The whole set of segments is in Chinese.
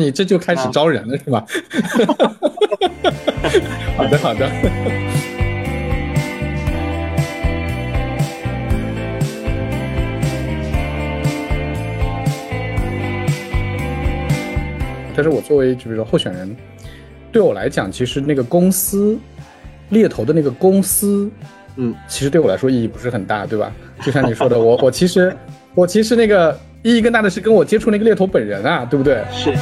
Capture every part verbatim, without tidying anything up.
你这就开始招人了是吧？好的好的。但是我作为就是说候选人，对我来讲，其实那个公司猎头的那个公司， 嗯， 其实对我来说意义不是很大，对吧？就像你说的，我我其实我其实那个意义更大的是跟我接触那个猎头本人啊，对不对？ 是。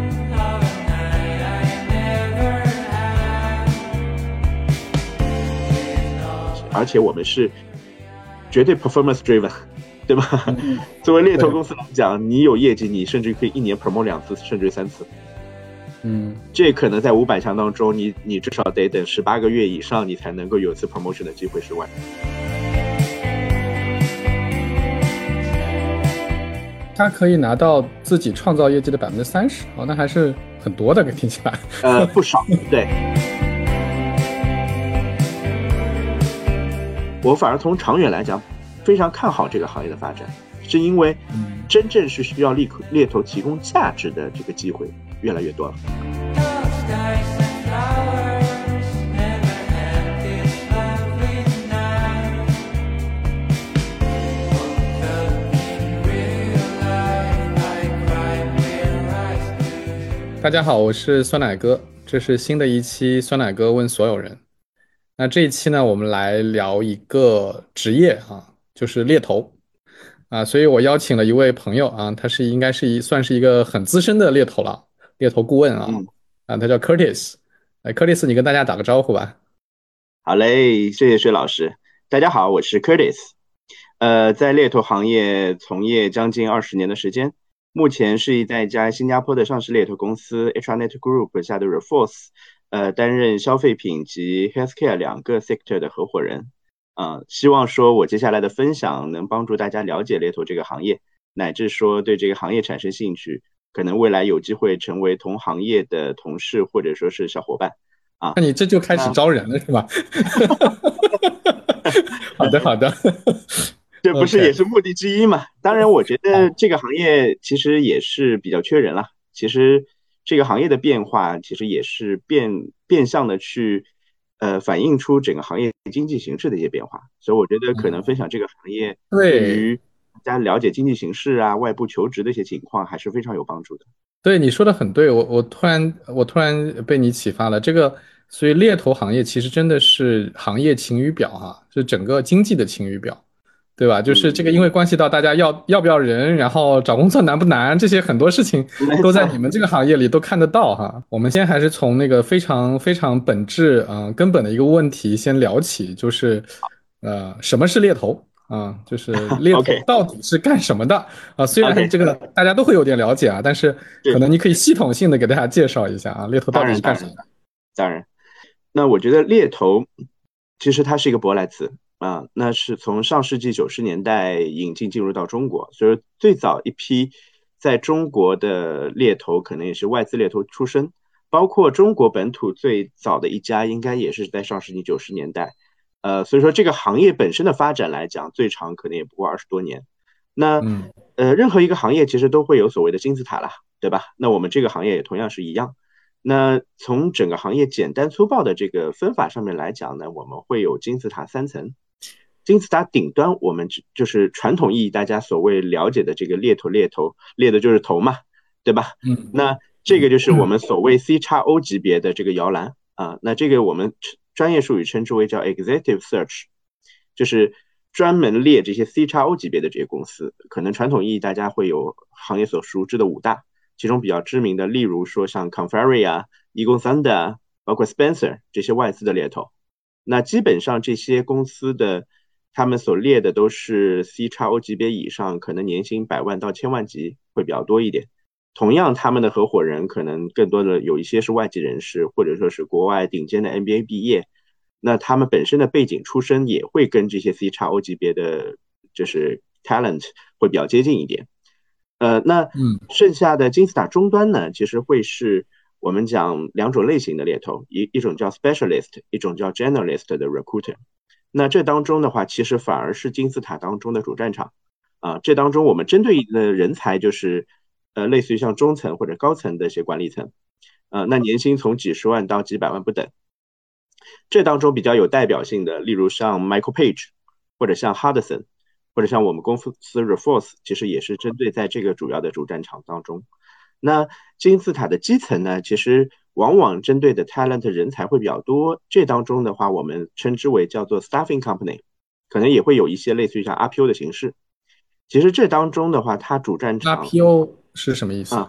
而且我们是绝对 performance driven， 对吧？嗯、作为猎头公司来讲，你有业绩，你甚至可以一年 promote 两次，甚至三次。 嗯， 这可能在五百强当中，你你至少得等十八个月以上，你才能够有次 promotion 的机会之外。 他可以拿到自己创造业绩的百分之三十，哦，那还是很多的，听起来。 呃，不少，对。我反而从长远来讲，非常看好这个行业的发展，是因为真正是需要猎猎头提供价值的这个机会越来越多了。 大家好，我是酸奶哥，这是新的一期酸奶哥问所有人。那这一期呢，我们来聊一个职业啊，就是猎头啊，所以我邀请了一位朋友啊，他是应该是一算是一个很资深的猎头了，猎头顾问啊，嗯、啊，他叫 Curtis， 哎 ，Curtis， 你跟大家打个招呼吧。 好嘞，谢谢薛老师。大家好，我是 Curtis， 呃，在猎头行业从业将近二十年的时间。目前是在一家新加坡的上市猎头公司 HRNet Group 下的 Reforce， 呃，担任消费品及 Healthcare 两个 sector 的合伙人。啊、呃，希望说我接下来的分享能帮助大家了解猎头这个行业，乃至说对这个行业产生兴趣，可能未来有机会成为同行业的同事或者说是小伙伴。啊， 那你这就开始招人了是吧？好的好的。 这不是也是目的之一嘛？ Okay. 当然我觉得这个行业其实也是比较缺人了。其实这个行业的变化其实也是变变相的去呃反映出整个行业经济形势的一些变化，所以我觉得可能分享这个行业对于大家了解经济形势啊、外部求职的一些情况还是非常有帮助的。 对，你说的很对，我我突然我突然被你启发了。这个所以猎头行业其实真的是行业晴雨表哈、啊，是整个经济的晴雨表。对吧？就是这个，因为关系到大家要要不要人，然后找工作难不难，这些很多事情都在你们这个行业里都看得到哈。我们先还是从那个非常非常本质嗯、呃、根本的一个问题先聊起，就是呃什么是猎头啊？就是猎头到底是干什么的啊？虽然这个大家都会有点了解啊，但是可能你可以系统性的给大家介绍一下啊，猎头到底是干什么的？ 当然，那我觉得猎头其实它是一个舶来词。啊，那是从上世纪九十年代引进进入到中国，所以最早一批在中国的猎头可能也是外资猎头出身，包括中国本土最早的一家应该也是在上世纪九十年代，呃，所以说这个行业本身的发展来讲，最长可能也不过二十多年。那呃，任何一个行业其实都会有所谓的金字塔啦，对吧？那我们这个行业也同样是一样。那从整个行业简单粗暴的这个分法上面来讲呢，我们会有金字塔三层。金字塔顶端，我们就是传统意义大家所谓了解的这个猎头，猎头猎的就是头嘛，对吧？ 嗯， 那这个就是我们所谓 C X O 级别的这个摇篮啊。那这个我们专业术语称之为叫 Executive Search， 就是专门猎这些 C X O 级别的这些公司。可能传统意义大家会有行业所熟知的五大，其中比较知名的，例如说像 Conferry 啊、Eagle Thunder， 包括 Spencer 这些外资的猎头。那基本上这些公司的他们所列的都是 C X O 级别以上，可能年薪百万到千万级会比较多一点。同样他们的合伙人可能更多的有一些是外籍人士，或者说是国外顶尖的 M B A 毕业，那他们本身的背景出身也会跟这些 C X O 级别的就是 talent 会比较接近一点。呃，那剩下的金字塔终端呢，其实会是我们讲两种类型的猎头，一一种叫 specialist， 一种叫 generalist 的 recruiter。那这当中的话，其实反而是金字塔当中的主战场啊。这当中我们针对的人才就是呃类似于像中层或者高层的一些管理层，呃，那年薪从几十万到几百万不等。这当中比较有代表性的，例如像 Michael Page，或者像 Hudson，或者像我们公司 Reforce，其实也是针对在这个主要的主战场当中。那金字塔的基层呢，其实往往针对的 talent 人才会比较多，这当中的话，我们称之为叫做 staffing company， 可能也会有一些类似于像 R P O 的形式。其实这当中的话，它主战场 R P O 是什么意思啊，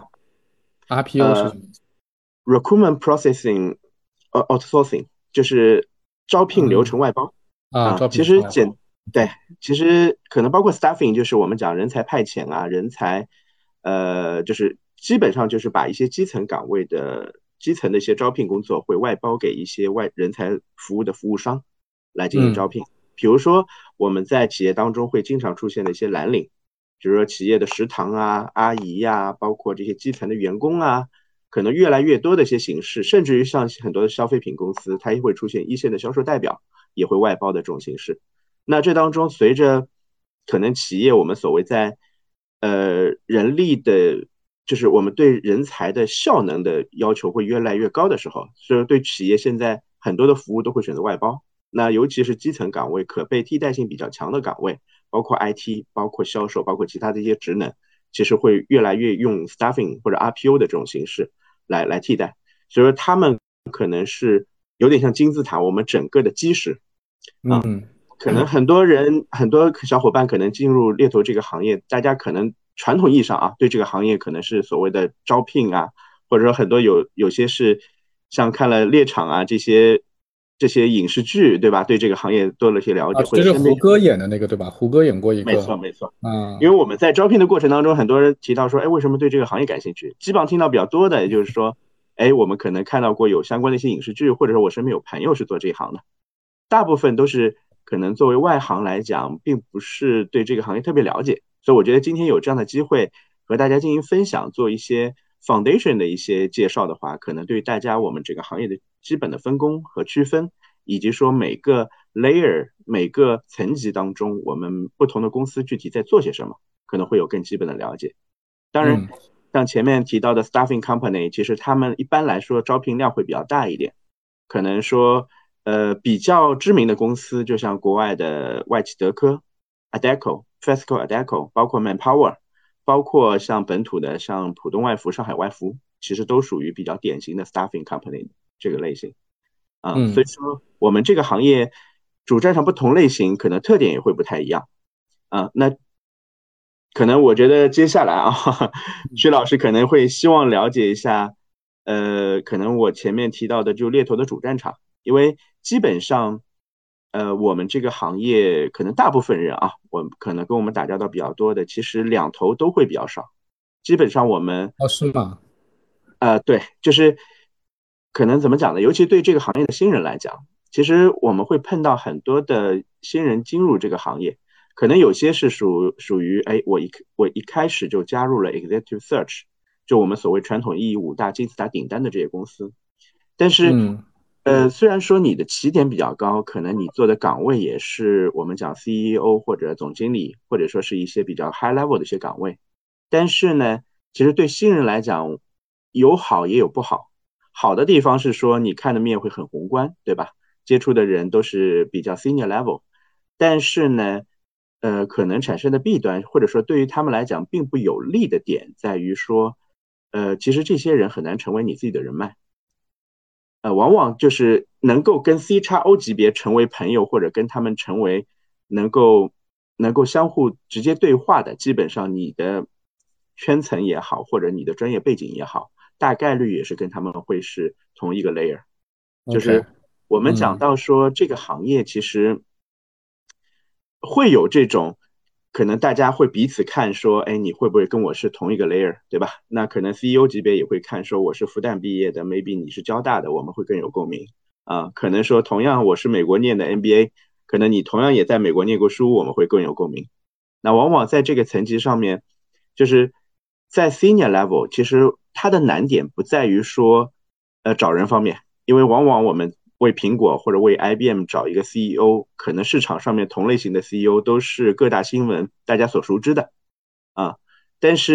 ？R P O 是什呃么意思？ ，recruitment processing，呃，outsourcing，就是招聘流嗯程外包啊， 啊。 招聘其实简出来包。 对， OK。 其实可能包括 staffing，就是我们讲人才派遣啊，人才，呃，就是基本上就是把一些基层岗位的基层的一些招聘工作会外包给一些外人才服务的服务商来进行招嗯聘。比如说我们在企业当中会经常出现的一些蓝领，比如说企业的食堂啊、阿姨呀、包括这些基层的员工啊，可能越来越多的一些形式，甚至于像很多的消费品公司，它也会出现一线的销售代表也会外包的这种形式。那这当中，随着可能企业我们所谓在呃人力的，就是我们对人才的效能的要求会越来越高的时候，所以对企业现在很多的服务都会选择外包。那尤其是基层岗位、可被替代性比较强的岗位，包括 I T、包括销售、包括其他的一些职能，其实会越来越用 staffing 或者 R P O 的这种形式来来替代。所以说他们可能是有点像金字塔，我们整个的基石啊。 嗯可能很多人很多小伙伴可能进入猎头这个行业，大家可能传统意义上啊，对这个行业可能是所谓的招聘啊，或者说很多有有些是像看了猎场啊这些这些影视剧，对吧？对这个行业多了些了啊， 解，或这是者身边胡歌演的那个对吧？胡歌演过一没错， 个。 没错。因啊。 为我们在招聘的过程当中，很多人提到说，哎，为什么对这个行业感兴趣？基本上听到比较多的，也就是说，哎，我们可能看到过有相关的一些影视剧，或者说我身边有朋友是做这一行的，大部分都是可能作为外行来讲，并不是对这个行业特别了解。所以我觉得今天有这样的机会和大家进行分享，做一些 foundation 的一些介绍的话，可能对大家我们这个行业的基本的分工和区分，以及说每个 layer 每个层级当中，我们不同的公司具体在做些什么，可能会有更基本的了解。当然， 嗯像前面提到的 staffing company，其实他们一般来说招聘量会比较大一点，可能说，呃，比较知名的公司，就像国外的外企德科、Adecco、Fesco Adecco，包括 Manpower，包括像本土的像浦东外服、上海外服，其实都属于比较典型的 staffing company 这个类型。啊，所以嗯。 说我们这个行业主战场不同类型，可能特点也会不太一样啊。那可能我觉得接下来啊，徐老师可能会希望了解一下，呃，可能我前面提到的就猎头的主战场，因为基本上，呃，我们这个行业可能大部分人啊，我可能跟我们打交道比较多的，其实两头都会比较少。基本上我们哦，是吗？ 呃，对，就是可能怎么讲呢？尤其对这个行业的新人来讲，其实我们会碰到很多的新人进入这个行业，可能有些是属属于，哎，我一我一开始就加入了 executive search，就我们所谓传统意义五大金字塔顶端的这些公司，但是， 嗯呃，虽然说你的起点比较高，可能你做的岗位也是我们讲 C E O 或者总经理，或者说是一些比较 high level 的一些岗位，但是呢，其实对新人来讲，有好也有不好。好的地方是说你看的面会很宏观，对吧？接触的人都是比较 senior level，但是呢，呃，可能产生的弊端，或者说对于他们来讲并不有利的点，在于说，呃，其实这些人很难成为你自己的人脉。呃，往往就是能够跟 C x O 级别成为朋友，或者跟他们成为能够能够相互直接对话的，基本上你的圈层也好，或者你的专业背景也好，大概率也是跟他们会是同一个 layer。就 ，OK。 是我们讲嗯到说这个行业其实会有这种可能大家会彼此看说，哎，你会不会跟我是同一个 layer，对吧？那可能 C E O 级别也会看说我是复旦毕业的，maybe 你是交大的，我们会更有共鸣啊。可能说同样我是美国念的 M B A，可能你同样也在美国念过书，我们会更有共鸣。那往往在这个层级上面，就是在 senior level，其实它的难点不在于说，呃，找人方面，因为往往我们为苹果或者为 I B M 找一个 C E O，可能市场上面同类型的 C E O 都是各大新闻大家所熟知的啊。但是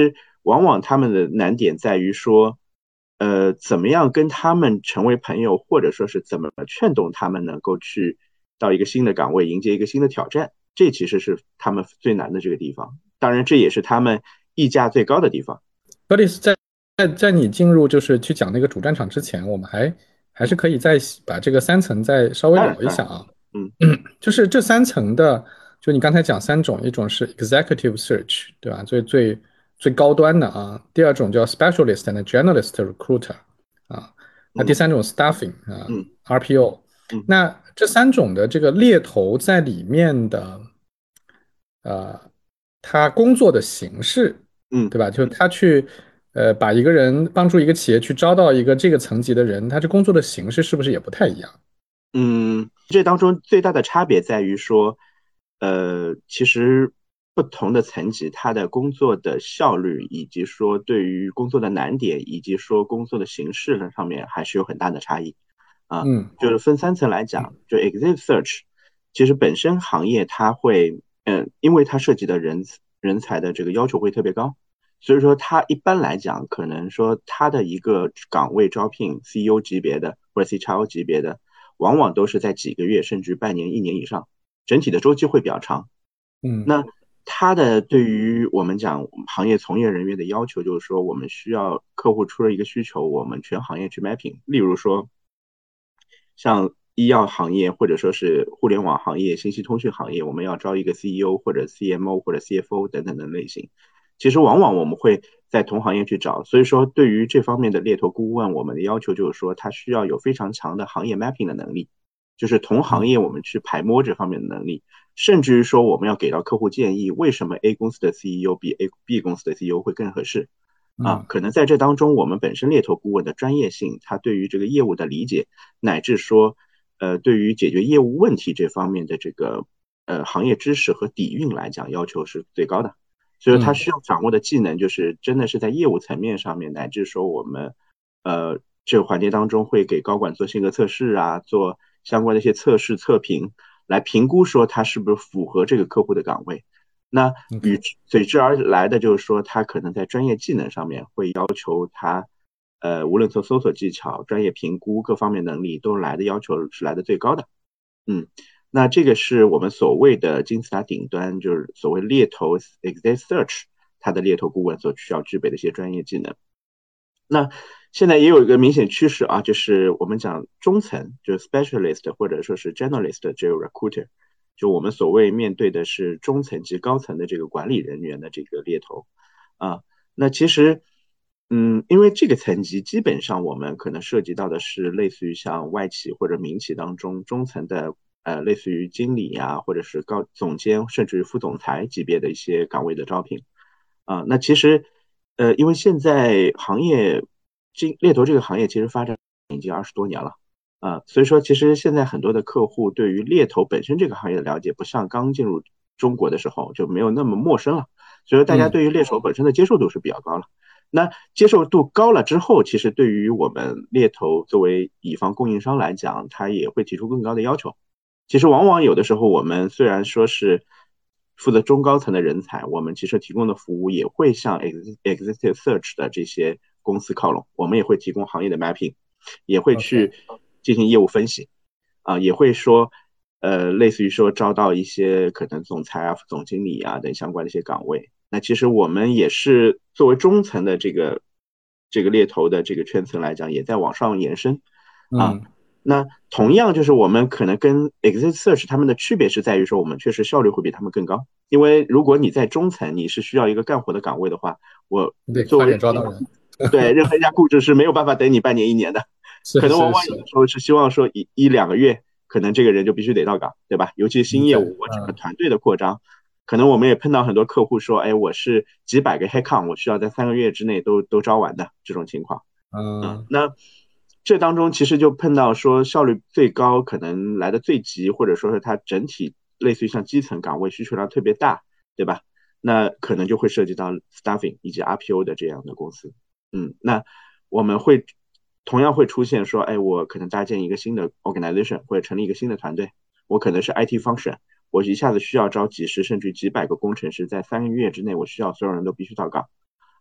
往往他们的难点在于说，呃，怎么样跟他们成为朋友，或者说是怎么劝动他们能够去到一个新的岗位，迎接一个新的挑战，这其实是他们最难的这个地方。当然，这也是他们溢价最高的地方。 克里斯在在在你进入就是去讲那个主战场之前，我们还还是嗯， 可以再把这个三层再稍微当然，当然， 聊一下啊。 嗯就是这三层的，就你刚才讲三种，一种是 executive search，对吧？最最最高端的啊。第二种叫 specialist and generalist recruiter 啊。那第嗯三种 staffing 啊嗯 ，R P O。 嗯那这三种的这个猎头在里面的呃，他工作的形式， 嗯对吧？就是他去呃把一个人帮助一个企业去招到一个这个层级的人，他这工作的形式是不是也不太一样？ 嗯，这当中最大的差别在于说，呃，其实不同的层级，他的工作的效率，以及说对于工作的难点，以及说工作的形式呢上面，还是有很大的差异。啊， 嗯就是分三层来讲，就 executive search，其实本身行业它会，嗯、因为它涉及的人人才的这个要求会特别高，所以说它一般来讲，可能说它的一个岗位招聘 C E O 级别的或者 C X O 级别的，往往都是在几个月甚至半年、一年以上，整体的周期会比较长。 嗯那它的对于我们讲行业从业人员的要求，就是说我们需要客户出了一个需求，我们全行业去 mapping。例如说，像医药行业或者说是互联网行业、信息通讯行业，我们要招一个 C E O 或者 C M O 或者 C F O 等等的类型。其实往往我们会在同行业去找，所以说对于这方面的猎头顾问，我们的要求就是说，他需要有非常强的行业 mapping 的能力，就是同行业我们去排摸这方面的能力，甚至于说我们要给到客户建议，为什么 A 公司的 C E O 比 A B 公司的 C E O 会更合适。啊， 嗯可能在这当中，我们本身猎头顾问的专业性，他对于这个业务的理解，乃至说，呃，对于解决业务问题这方面的这个呃行业知识和底蕴来讲，要求是最高的。所以他嗯需要掌握的技能，就是真的是在业务层面上面，乃至说我们呃这个环节当中会给高管做性格测试啊，做相关的一些测试测评，来评估说他是不是符合这个客户的岗位。那与 ，OK。 随之而来的就是说，他可能在专业技能上面会要求他，呃，无论从搜索技巧、专业评估各方面能力，都来的要求是来的最高的。嗯，那这个是我们所谓的金字塔顶端，就是所谓猎头 exec search，它的猎头顾问所需要具备的一些专业技能。那现在也有一个明显趋势啊，就是我们讲中层，就是 specialist 或者说是 generalist 这个 recruiter，就我们所谓面对的是中层及高层的这个管理人员的这个猎头啊。那其实，嗯，因为这个层级基本上我们可能涉及到的是类似于像外企或者民企当中中层的，呃，类似于经理呀、或者是高总监甚至于副总裁级别的一些岗位的招聘。啊，那其实，呃，因为现在行业经猎头这个行业其实发展已经二十多年了，啊，所以说其实现在很多的客户对于猎头本身这个行业的了解，不像刚进入中国的时候就没有那么陌生了，所以说大家嗯对于猎头本身的接受度是比较高了。那接受度高了之后，其实对于我们猎头作为乙方供应商来讲，他也会提出更高的要求。其实往往有的时候，我们虽然说是负责中高层的人才，我们其实提供的服务也会向 executive search 的这些公司靠拢，我们也会提供行业的 mapping，也会 ，OK。 去进行业务分析，啊，也会说，呃，类似于说招到一些可能总裁啊、总经理啊等相关的一些岗位。那其实我们也是作为中层的这个这个猎头的这个圈层来讲，也在往上延伸啊。 嗯那同样就是我们可能跟 exit search 他们的区别是在于说，我们确实效率会比他们更高。因为如果你在中层，你是需要一个干活的岗位的话，我你得快作为点招到人。 对任何一家雇主是没有办法等你半年一年的，可是能往是是往有的时候是希望说一一两个月，可能这个人就必须得到岗，对吧？尤其新理解。 业务，我整个嗯团队的扩张，可能我们也碰到很多客户说，哎，我是几百个 headcount，我需要在三个月之内都都招完的这种情况。嗯， 嗯那这当中其实就碰到说效率最高，可能来的最急，或者说是它整体类似于像基层岗位需求量特别大，对吧？那可能就会涉及到 staffing 以及 R P O 的这样的公司。嗯，那我们会同样会出现说，哎，我可能搭建一个新的 organization 或者成立一个新的团队，我可能是 I T function，我一下子需要招几十甚至几百个工程师，在三个月之内，我需要所有人都必须到岗。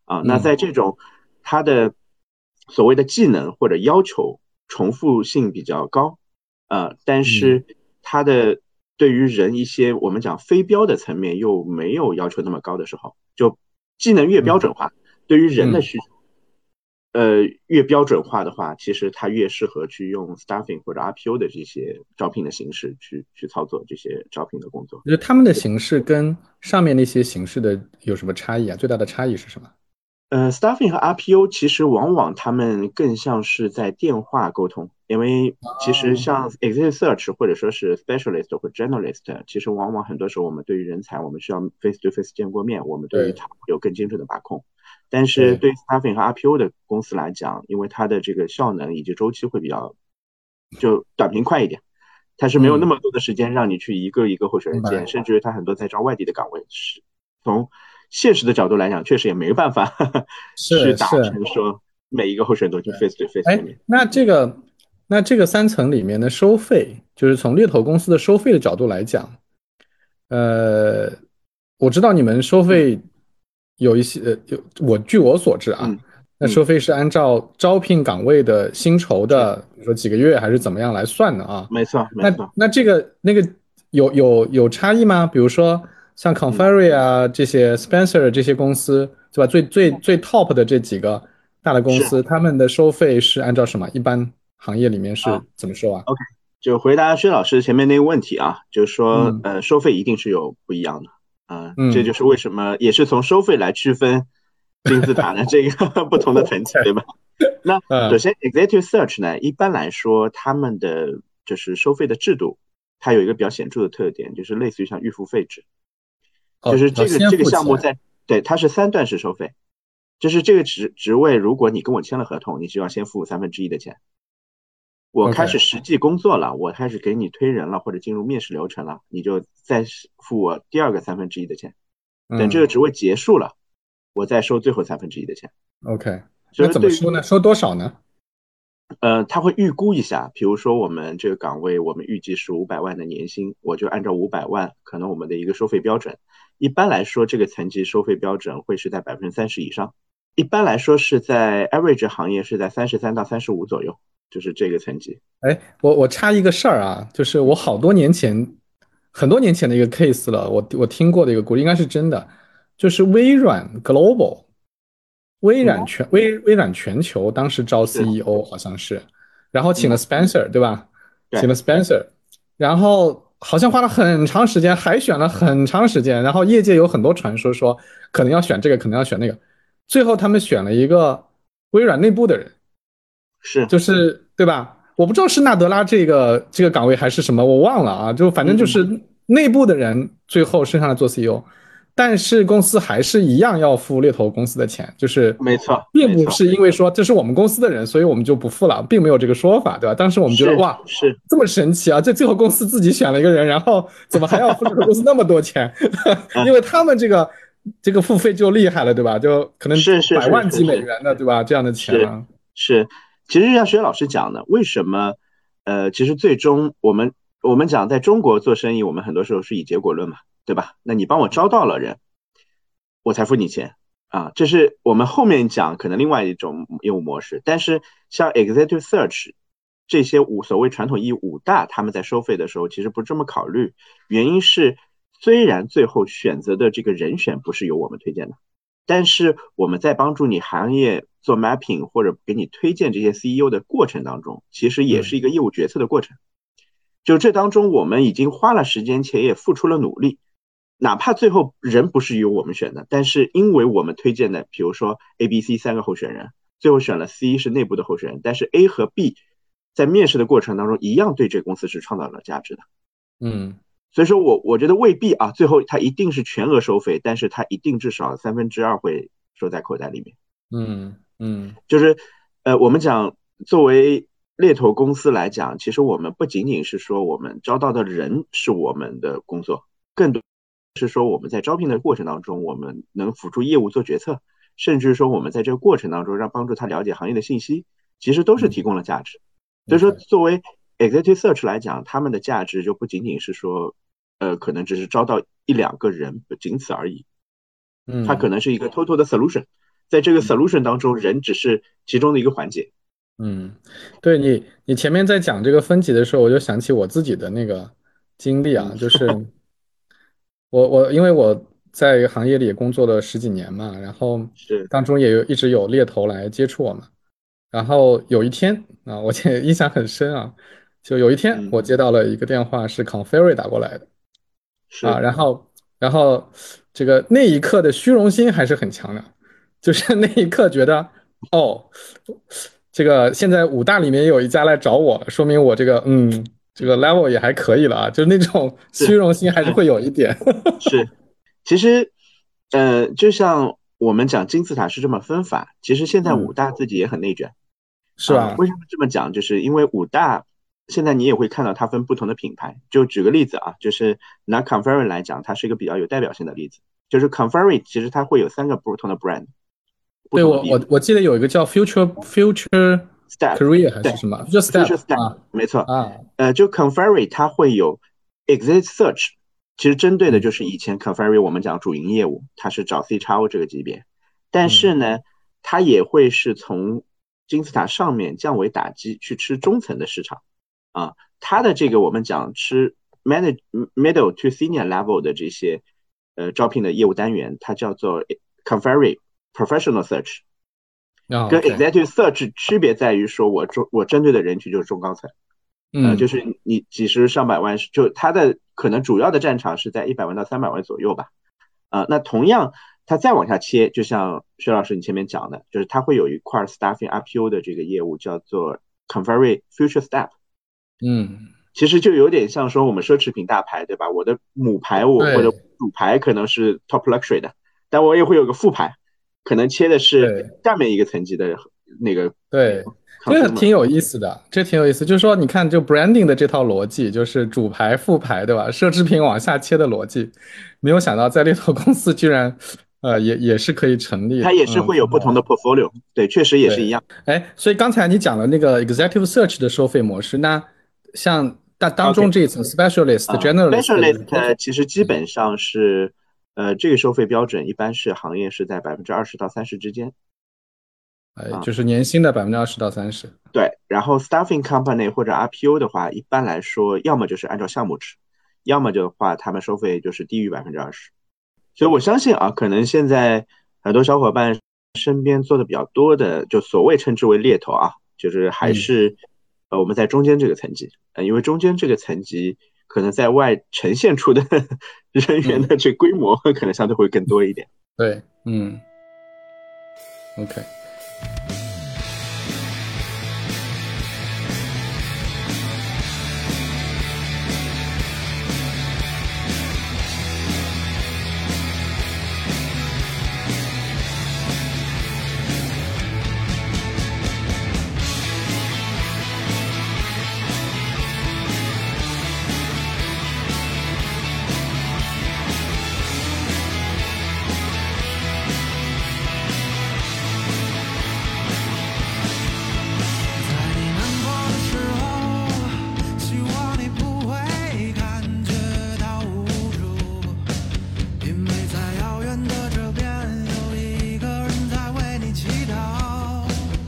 啊。那嗯在这种它的所谓的技能或者要求重复性比较高，呃，但嗯是它的对于人一些我们讲非标的层面又没有要求那么高的时候，就技能越标嗯准化，对于人的嗯。 需求。呃，越标准化的话，其实它越适合去用 staffing 或者 R P O 的这些招聘的形式去去操作这些招聘的工作。 就是他们的形式跟上面那些形式的有什么差异啊？最大的差异是什么？ 呃，staffing 和 R P O 其实往往他们更像是在电话沟通，因为其实哦， 像 executive search 或者说是 specialist 或 generalist，其实往往很多时候我们对于人才，我们需要 face to face 见过面，我们对于对他有更精准的把控。但是对， 对于 staffing 和 R P O 的公司来讲，因为它的这个效能以及周期会比较就短平快一点，它是没有那嗯， 么多的时间让你去一个一个候选人见， 明白。 甚至于它很多在招外地的岗位是从现实的角度来讲，确实也没办法去达是是， 成说每一个候选人都去 face to face 见哎， 面。 那这个那这个三层里面的收费，就是从猎头公司的收费的角度来讲，呃，我知道你们收嗯费有一些，呃有我据我所知啊， 嗯嗯， 那收费是按照招聘岗位的薪酬是， 的，比如说几个月还是怎么样来算的啊？ 没错没那错。 那这个那个有有有差异吗？比如说像嗯 Conferry 啊这些 Spencer 这些公司，对吧？最最最 top 的这几个大的公是司，他们的收费是按照什么？一般行业里面啊是怎么收啊？ ，OK，就回答薛老师前面那个问题啊，就是说嗯呃收费一定是有不一样的。啊、这就嗯， 是为什么也是从收费来区分金字塔的这个不同的层级，对吧？那首嗯， 先，executive search 呢，一般来说，他们的就是收费的制度，它有一个比较显著的特点，就是类似于像预付费制，就哦，要先是这个这个付钱。 项目在，对，它是三段式收费，就是这个职职位，如果你跟我签了合同，你就要先付三分之一的钱。我开 OK， 始实际工作了，我开始给你推人了，或者进入面试流程了，你就再付我第二个三分之一的钱。等这个嗯职位结束了，我再收最后三分之一的钱。 ，OK，那所以说，对于怎么收呢？收多少呢？ 呃，他会预估一下，比如说我们这个岗位，我们预计是五百万的年薪，我就按照五百万，可能我们的一个收费标准。一般来说，这个层级收费标准会是在百分之三十以上，一般来说是在 average 行业是在三十三到三十五左右，就是这个层级。 哎，我我插一个事儿啊，就是我好多年前，很多年前的一个 case 了，我我听过的一个故事，应该是真的，就是微软 Global，微嗯， 软全微微软全球当时招是， C E O 好像是，然后请了嗯， Spencer，对吧？请对， 了 Spencer，然后好像花了很长时间，海选了很长时间，然后业界有很多传说说可能要选这个，可能要选那个，最后他们选了一个微软内部的人。 是， 就是对吧？我不知道是纳德拉这个这个岗位还是什么，我忘了啊。就反正就嗯， 是内部的人最后升上来做 C E O，但是公司还是一样要付猎头公司的钱，就是没错， 并不没错， 是因为说这是我们公司的人，所以我们就不付了，并没有这个说法，对吧？当时我们觉得是哇， 是， 这么神奇啊！这最后公司自己选了一个人，然后怎么还要付猎头公司那么多钱？ 嗯， 因为他们这个这个付费就厉害了，对吧？就可能是是百万级美是是是元的，对吧？这样的钱是了。 是，其实就像薛老师讲的，为什么？呃，其实最终我们我们讲在中国做生意，我们很多时候是以结果论嘛，对吧？那你帮我招到了人，我才付你钱啊，这是我们后面讲可能另外一种业务模式。但是像 executive search 这些五所谓传统意义五大，他们在收费的时候其实不这么考虑，原因是虽然最后选择的这个人选不是由我们推荐的。但是我们在帮助你行业做 mapping 或者给你推荐这些 C E O 的过程当中，其实也是嗯一个业务决策的过程。就这当中，我们已经花了时间，且也付出了努力，哪怕最后人不是由我们选的，但是因为我们推荐的，比如说 A、B、C 三个候选人，最后选了 C 是内部的候选人，但是 A 和 B 在面试的过程当中一样对这个公司是创造了价值的。 嗯。 所以说我我觉得未必啊，最后它一定是全额收费，但是它一定至少三分之二会收在口袋里面。 嗯嗯就是呃，我们讲作为猎头公司来讲，其实我们不仅仅是说我们招到的人是我们的工作，更多是说我们在招聘的过程当中，我们能辅助业务做决策，甚至说我们在这个过程当中让帮助他了解行业的信息，其实都是嗯提供了价值。所以说， ，OK， 作为 executive search 来讲，他们的价值就不仅仅是说，呃，可能只是招到一两个人，仅此而已。它可嗯能是一个 total 的 solution， 在这个 solution 当中，人只是其中的一个环节。 嗯，对你，你前面在讲这个分级的时候，我就想起我自己的那个经历啊， 嗯， 就是我我因为我在行业里工作了十几年嘛，然后是， 当中也有一直有猎头来接触我嘛，然后有一天啊，我记得印象很深啊，就有一天嗯， 我接到了一个电话，是 Conferry 打过来的。啊， 是， 然后然后这个那一刻的虚荣心还是很强的，就是那一刻觉得哦，这个现在武大里面有一家来找我，说明我这个嗯这个 level 也还可以了啊，就是那种虚是， 荣心还是会有一点。 是。其实，呃，就像我们讲金字塔是这么分法，其实现在武嗯， 大自己也很内卷。啊， 是吧？ 为什么这么讲？就是因为武大现在你也会看到它分不同的品牌。就举个例子啊，就是拿 Conferry 来讲，它是一个比较有代表性的例子。就是 Conferry 其实它会有三个不同的 brand，不对，我同的 view。 我我记得有一个叫 Future Future Step， Career 还对是什么 Future ，Future Step Step， 啊没错。 啊呃，就 Conferry 它会有 Exit Search，其实针对的嗯就是以前 Conferry 我们讲主营业务，它是找 C x O 这个级别，但嗯是呢，它也会是从金字塔上面降维打击去吃中层的市场啊。它的这个我们讲吃 manage middle to senior level 的这些呃招聘的业务单元，它叫做 Conferry Professional Search。 啊跟 OK executive search 区别在于说，我中我针对的人群就是中高层，呃，就嗯是你几十上百万，就它的可能主要的战场是在一百万到三百万左右吧。呃，那同样它再往下切，就像薛老师你前面讲的，就是它会有一块 staffing R P O 的这个业务叫做 Conferry Future Step， 嗯其实就有点像说我们奢侈品大牌，对吧？我的母牌我或者对主牌可能是 top luxury 的，但我也会有个副牌，可能切的是对。 下面一个层级的那个对，这个 consumer。 挺有意思的，这挺有意思。就是说，你看，就 branding 的这套逻辑，就是主牌、副牌，对吧？奢侈品往下切的逻辑，没有想到在猎头公司居然，呃，也也是可以成立的。 它也是嗯， 会有不同的挺好玩。 portfolio，对，确实也是一对， 样。 哎，所以刚才你讲了那个 executive search 的收费模式，那像当当中 OK， 这一层 specialist、 啊 generalist 的这种多 ，specialist 少？ 其实基本上是，呃，这个收费标准一般是行业是在百分之二十到三十之间哎， 啊。 就是年薪的百分之二十到三十。 对，然后 staffing company 或者 R P O 的话，一般来说，要么就是按照项目制，要么的话，他们收费就是低于百分之二十。所以我相信啊，可能现在很多小伙伴身边做的比较多的，就所谓称之为猎头啊，就是还嗯是呃我们在中间这个层级，呃，因为中间这个层级可能在外呈现出的人员嗯， 的这规模可能相对会更多一点。 对，嗯，OK。 在你难过的时候，希望你不会感觉到无助，因为在遥远的这边有一个人在为你祈祷。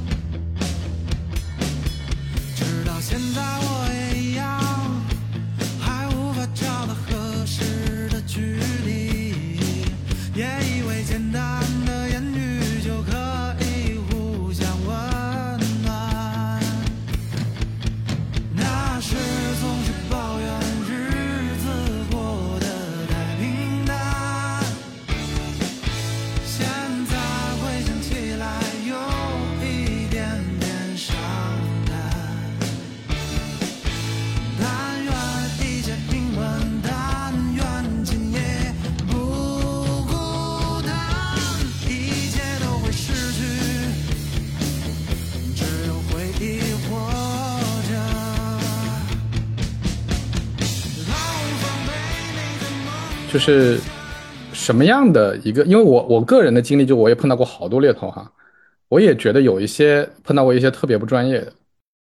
直到现在我也一样，还无法找到合适的距离，也以为简单的言语就可以互相温暖。那时总是抱怨日子过得太平淡，现在回想起来有一点点伤感。但愿一切平稳，但愿今夜不孤单，一切都会逝去，只有回忆活着。让我放飞你的梦。 就是什么样的一个？因为我我个人的经历，就我也碰到过好多猎头哈，我也觉得有一些碰到过一些特别不专业的，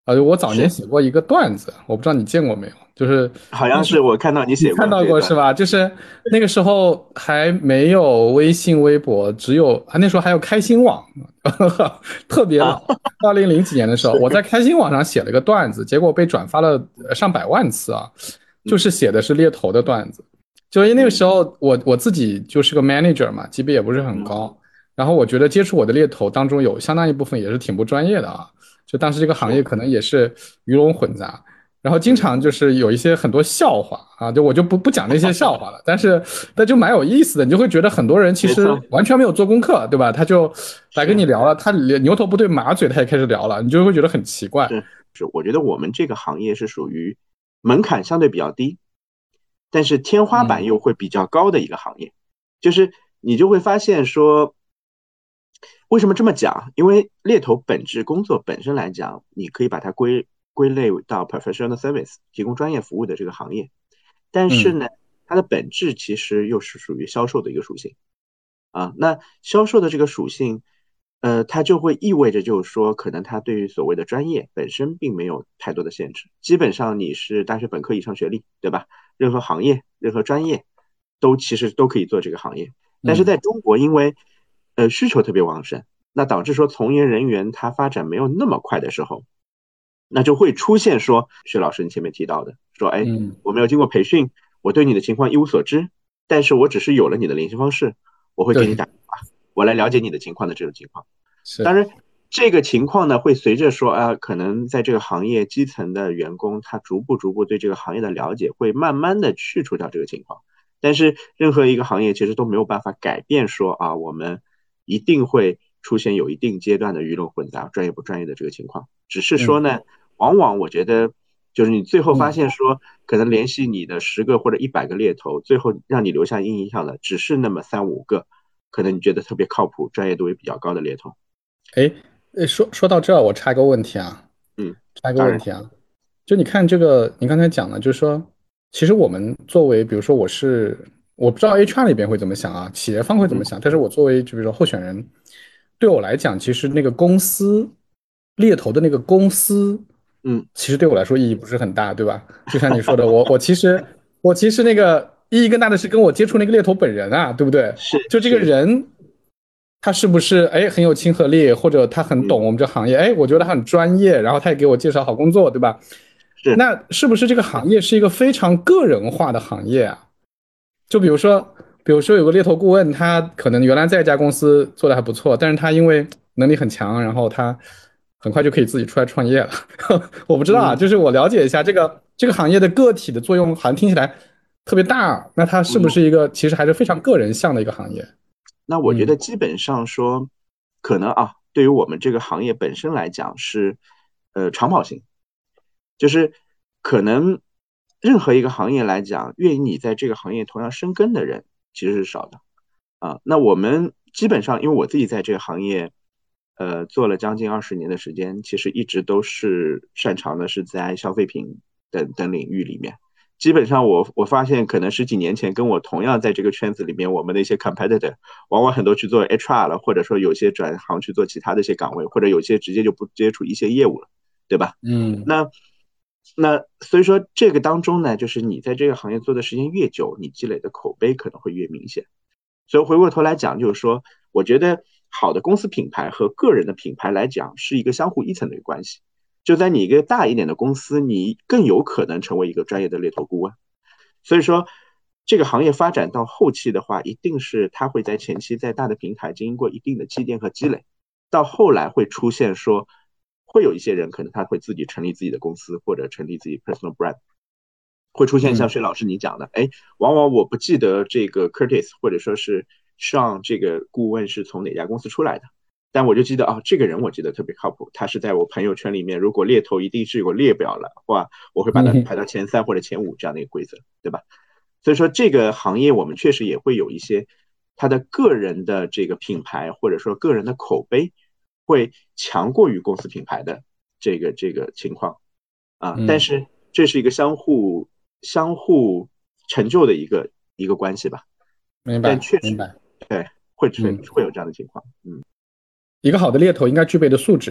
啊，我早年是， 写过一个段子，我不知道你见过没有，就是好像是我看到你写你看到过这一段。 过是吧？就是那个时候还没有微信、微博，只有啊那时候还有开心网，特别啊， 老。二零零几年的时候，我是， 在开心网上写了个段子，结果被转发了呃上百万次啊，就是嗯写的是猎头的段子。就因为那个时嗯候我我自己就是个 manager 嘛，级别也不是很嗯， 高，然后我觉得接触我的猎头当中有相当一部分也是挺不专业的啊，就当时这个行业是， 可能也是鱼龙混杂。然后经嗯常就是有一些很多笑话啊，就我就不不讲那些笑话了，但是但就蛮有意思的，你就会觉得很多人其实没错， 完全没有做功课，对吧？他就来跟你是聊了，他连牛头不对马嘴，他也开始聊了，你就会觉得很奇怪。 是是，我觉得我们这个行业是属于门槛相对比较低，但是天花板嗯又会比较高的一个行业，就是你就会发现说，为什么这么讲？因为猎头本质工作本身来讲，你可以把它归归类到 professional service 提供专业服务的这个行业，但是嗯呢，它的本质其实又是属于销售的一个属性。啊，那销售的这个属性，呃，它就会意味着就是说，可能它对于所谓的专业本身并没有太多的限制，基本上你是大学本科以上学历，对吧？任何行业、任何专业都其实都可以做这个行业。但是嗯在中国，因为呃需求特别旺盛，那导致说从业人员他发展没有那么快的时候，那就会出现说，薛老师你前面提到的，说，哎， 嗯我没有经过培训，我对你的情况一无所知，但是我只是有了你的联系方式，我会给你对， 打电话，我来了解你的情况的这种情况。当是， 然，这个情况呢，会随着说啊，可能在这个行业基层的员工，他逐步逐步对这个行业的了解，会慢慢的去除掉这个情况。但是，任何一个行业其实都没有办法改变说啊，我们一定会出现有一定阶段的鱼龙混杂、专业不专业的这个情况。只是说嗯呢，往往我觉得，就是你最后发嗯。 现说，可能联系你的十个或者一百个猎头，最后让你留下印象的，只是那么三五个，可能你觉得特别靠谱、专业度也比较高的猎头。 哎，呃说说到这儿，我插一个问题啊， 嗯， 插一个当然， 问题啊，就你看这个，你刚才讲了，就是说，其实我们作为，比如说我是，我不知道 H R 里边会怎么想啊，企业方会怎么嗯想，但是我作为就比如说候选人，对我来讲，其实那个公司猎头的那个公司， 嗯， 其实对我来说意义不是很大，对吧？就像你说的，我我其实我其实那个意义更大的是跟我接触那个猎头本人啊，对不对？ 是就这个是， 人。他是不是哎很有亲和力，或者他很懂嗯我们这行业？哎，我觉得他很专业，然后他也给我介绍好工作，对吧？ 是， 那是不是这个行业是一个非常个人化的行业啊？就比如说，比如说有个猎头顾问，他可能原来在一家公司做的还不错，但是他因为能力很强，然后他很快就可以自己出来创业了。我不知道啊， 嗯就是我了解一下这个这个行业的个体的作用，好像听起来特别大。那它是不嗯。 是一个其实还是非常个人向的一个行业？ 那我觉嗯得基本上说，可能啊，对于我们这个行业本身来讲是，呃，长跑型，就是可能任何一个行业来讲，愿意你在这个行业同样深耕的人其实是少的啊。那我们基本上，因为我自己在这个行业，呃，做了将近二十年的时间，其实一直都是擅长的是在消费品等等领域里面。基本上我我发现，可能十几年前跟我同样在这个圈子里面，我们的一些 competitor，往往很多去做 H R 了，或者说有些转行去做其他的一些岗位，或者有些直接就不接触一些业务了，对吧？ 嗯那那所以说这个当中呢，就是你在这个行业做的时间越久，你积累的口碑可能会越明显。所以回过头来讲，就是说，我觉得好的公司品牌和个人的品牌来讲，是一个相互依存的一个关系。就在你一个大一点的公司，你更有可能成为一个专业的猎头顾问。所以说，这个行业发展到后期的话，一定是它会在前期在大的平台经过一定的积淀和积累，到后来会出现说，会有一些人可能他会自己成立自己的公司，或者成立自己 personal brand，会出现像嗯薛老师你讲的，哎，往往我不记得这个 Curtis 或者说是上这个顾问是从哪家公司出来的，但我就记得啊，这个人我记得特别靠谱，他是在我朋友圈里面，如果猎头一定是有个列表了的话，我会把他嗯排到前三或者前五这样的一个规则，对吧？所以说这个行业我们确实也会有一些他的个人的这个品牌或者说个人的口碑会强过于公司品牌的这个这个情况啊，但嗯， 是这是一个相互相互成就的一个一个关系吧， 明但确实白明白。 对会会嗯， 会有这样的情况，嗯。 一个好的猎头应该具备的素质。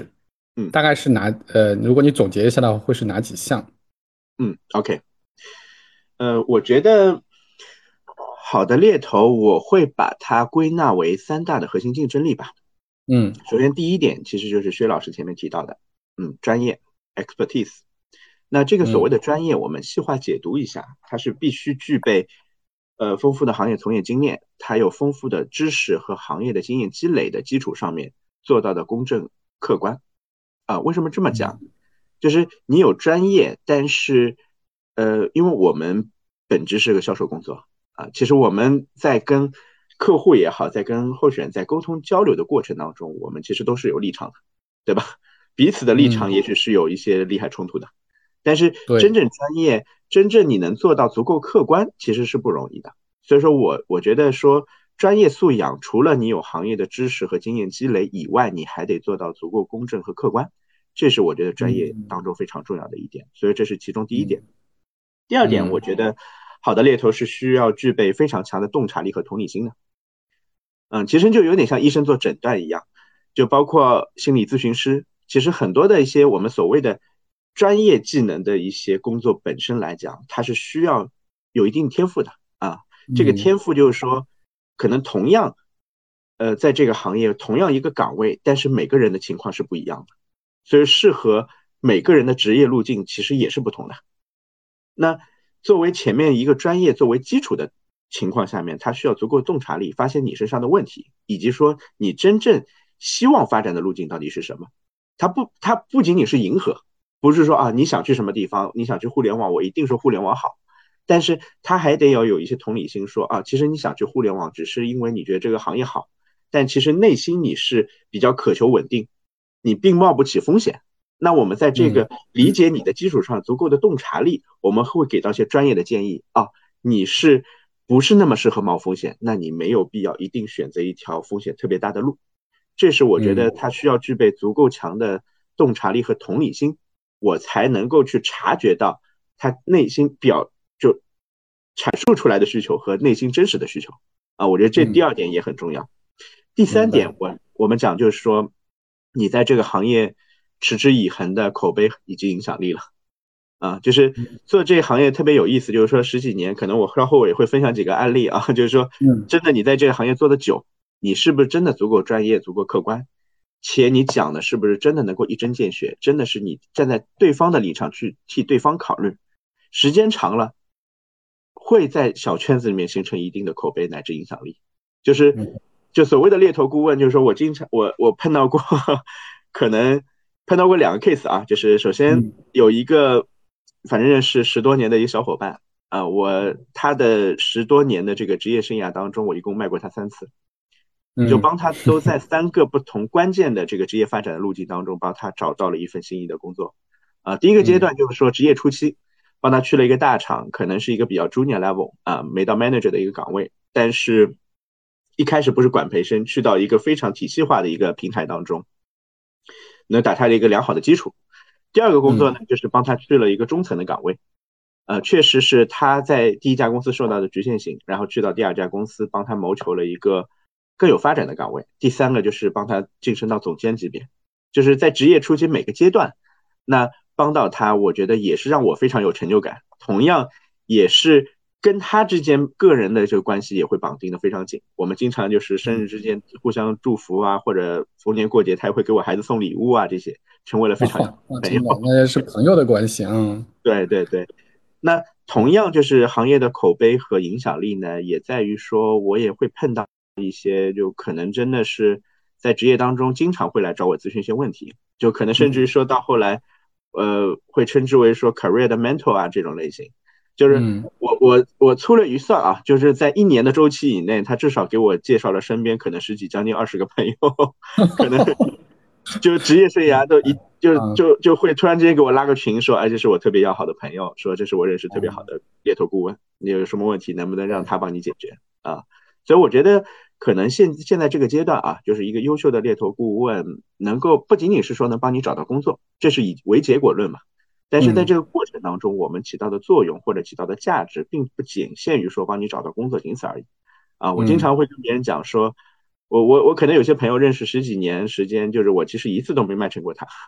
嗯大概是哪呃，如果你总结一下的话，会是哪几项？ 嗯，OK，呃，我觉得好的猎头，我会把它归纳为三大的核心竞争力吧。 嗯首先第一点其实就是薛老师前面提到的，嗯，专业 expertise。那这个所谓嗯的专业，我们细化解读一下，它是必须具备呃丰富的行业从业经验，它有丰富的知识和行业的经验积累的基础上面做到的公正客观。啊，为什么这么讲？ 嗯就是你有专业，但是呃，因为我们本质是个销售工作啊，其实我们在跟客户也好，在跟候选人在沟通交流的过程当中，我们其实都是有立场的，对吧？彼此的立场嗯， 也许是有一些利害冲突的，但是真对， 正专业，真正你能做到足够客观，其实是不容易的。所以说我我觉得说，专业素养除了你有行业的知识和经验积累以外，你还得做到足够公正和客观，这是我觉得专业嗯当中非常重要的一点。所以这是其中第一点。 嗯第二点，我嗯觉得好的猎头是需要具备非常强的洞察力和同理心的。嗯，其实就有点像医生做诊断一样，就包括心理咨询师，其实很多的一些我们所谓的专业技能的一些工作本身来讲，它是需要有一定天赋的啊。这个嗯天赋就是说，可能同样，呃，在这个行业同样一个岗位，但是每个人的情况是不一样的，所以适合每个人的职业路径其实也是不同的。那作为前面一个专业作为基础的情况下面，他需要足够洞察力，发现你身上的问题，以及说你真正希望发展的路径到底是什么。它不，它不仅仅是迎合，不是说啊你想去什么地方，你想去互联网，我一定说互联网好。但是他还得要有一些同理心说，啊，其实你想去互联网，只是因为你觉得这个行业好，但其实内心你是比较渴求稳定，你并冒不起风险。那我们在这嗯个理解你的基础上，足够的洞察力，我们会给到一些专业的建议啊。你是不是那么适合冒风险？那你没有必要一定选择一条风险特别大的路。这是我觉得嗯他需要具备足够强的洞察力和同理心，我才能够去察觉到他内心表就阐述出来的需求和内心真实的需求啊。我觉得这第嗯， 二点也很重要。第三点， 明白。 我我们讲就是说，你在这个行业持之以恒的口碑以及影响力了啊，就是做这个行业特别有意思，就是说十几年，可能我稍后我也会分享几个案例啊，就是说嗯真的你在这个行业做的久，你是不是真的足够专业、足够客观，且你讲的是不是真的能够一针见血，真的是你站在对方的立场去替对方考虑，时间长了，会在小圈子里面形成一定的口碑乃至影响力。就是嗯就所谓的猎头顾问，就是说我经常我我碰到过，可能碰到过两个 case 啊，就是首先嗯有一个反正认识十多年的一个小伙伴啊、呃我他的十多年的这个职业生涯当中，我一共卖过他三次，就嗯帮他都在三个不同关键的这个职业发展的路径当中，帮他找到了一份心仪的工作。啊、第一个阶嗯段就是说职业初期，帮他去了一个大厂，可能是一个比较 junior level 啊、没到 manager 的一个岗位，但是一开始不是管培生，去到一个非常体系化的一个平台当中，能打下了一个良好的基础。第二个工作呢， 嗯就是帮他去了一个中层的岗位，呃，确实是他在第一家公司受到的局限性，然后去到第二家公司帮他谋求了一个更有发展的岗位。第三个就是帮他晋升到总监级别，就是在职业初期每个阶段，那帮到他，我觉得也是让我非常有成就感。同样也是跟他之间个人的这个关系也会绑定的非常紧。我们经常就是生日之间互相祝福啊，或者逢年过节他也会给我孩子送礼物啊，这些成为了非常哇哇， 朋友。 真的，那是朋友的关系。嗯对对对，那同样就是行业的口碑和影响力呢，也在于说我也会碰到一些就可能真的是在职业当中经常会来找我咨询一些问题，就可能甚至于嗯说到后来，呃，会称之为说 career 的 mentor 啊这种类型，就是嗯， 我我我粗略一算啊，就是在一年的周期以内，他至少给我介绍了身边可能十几将近二十个朋友，可能就职业生涯都一就啊就就会突然之间给我拉个群说，哎，这是我特别要好的朋友，说这是我认识特别好啊， 的猎头顾问，你有什么问题能不能让他帮你解决啊？所以我觉得可能现现在这个阶段啊，就是一个优秀的猎头顾问，能够不仅仅是说能帮你找到工作，这是以为结果论嘛。但是在嗯这个过程当中，我们起到的作用或者起到的价值，并不仅限于说帮你找到工作，仅此而已。啊，我经嗯常会跟别人讲说，我我我可能有些朋友认识十几年时间，就是我其实一次都没卖成过他，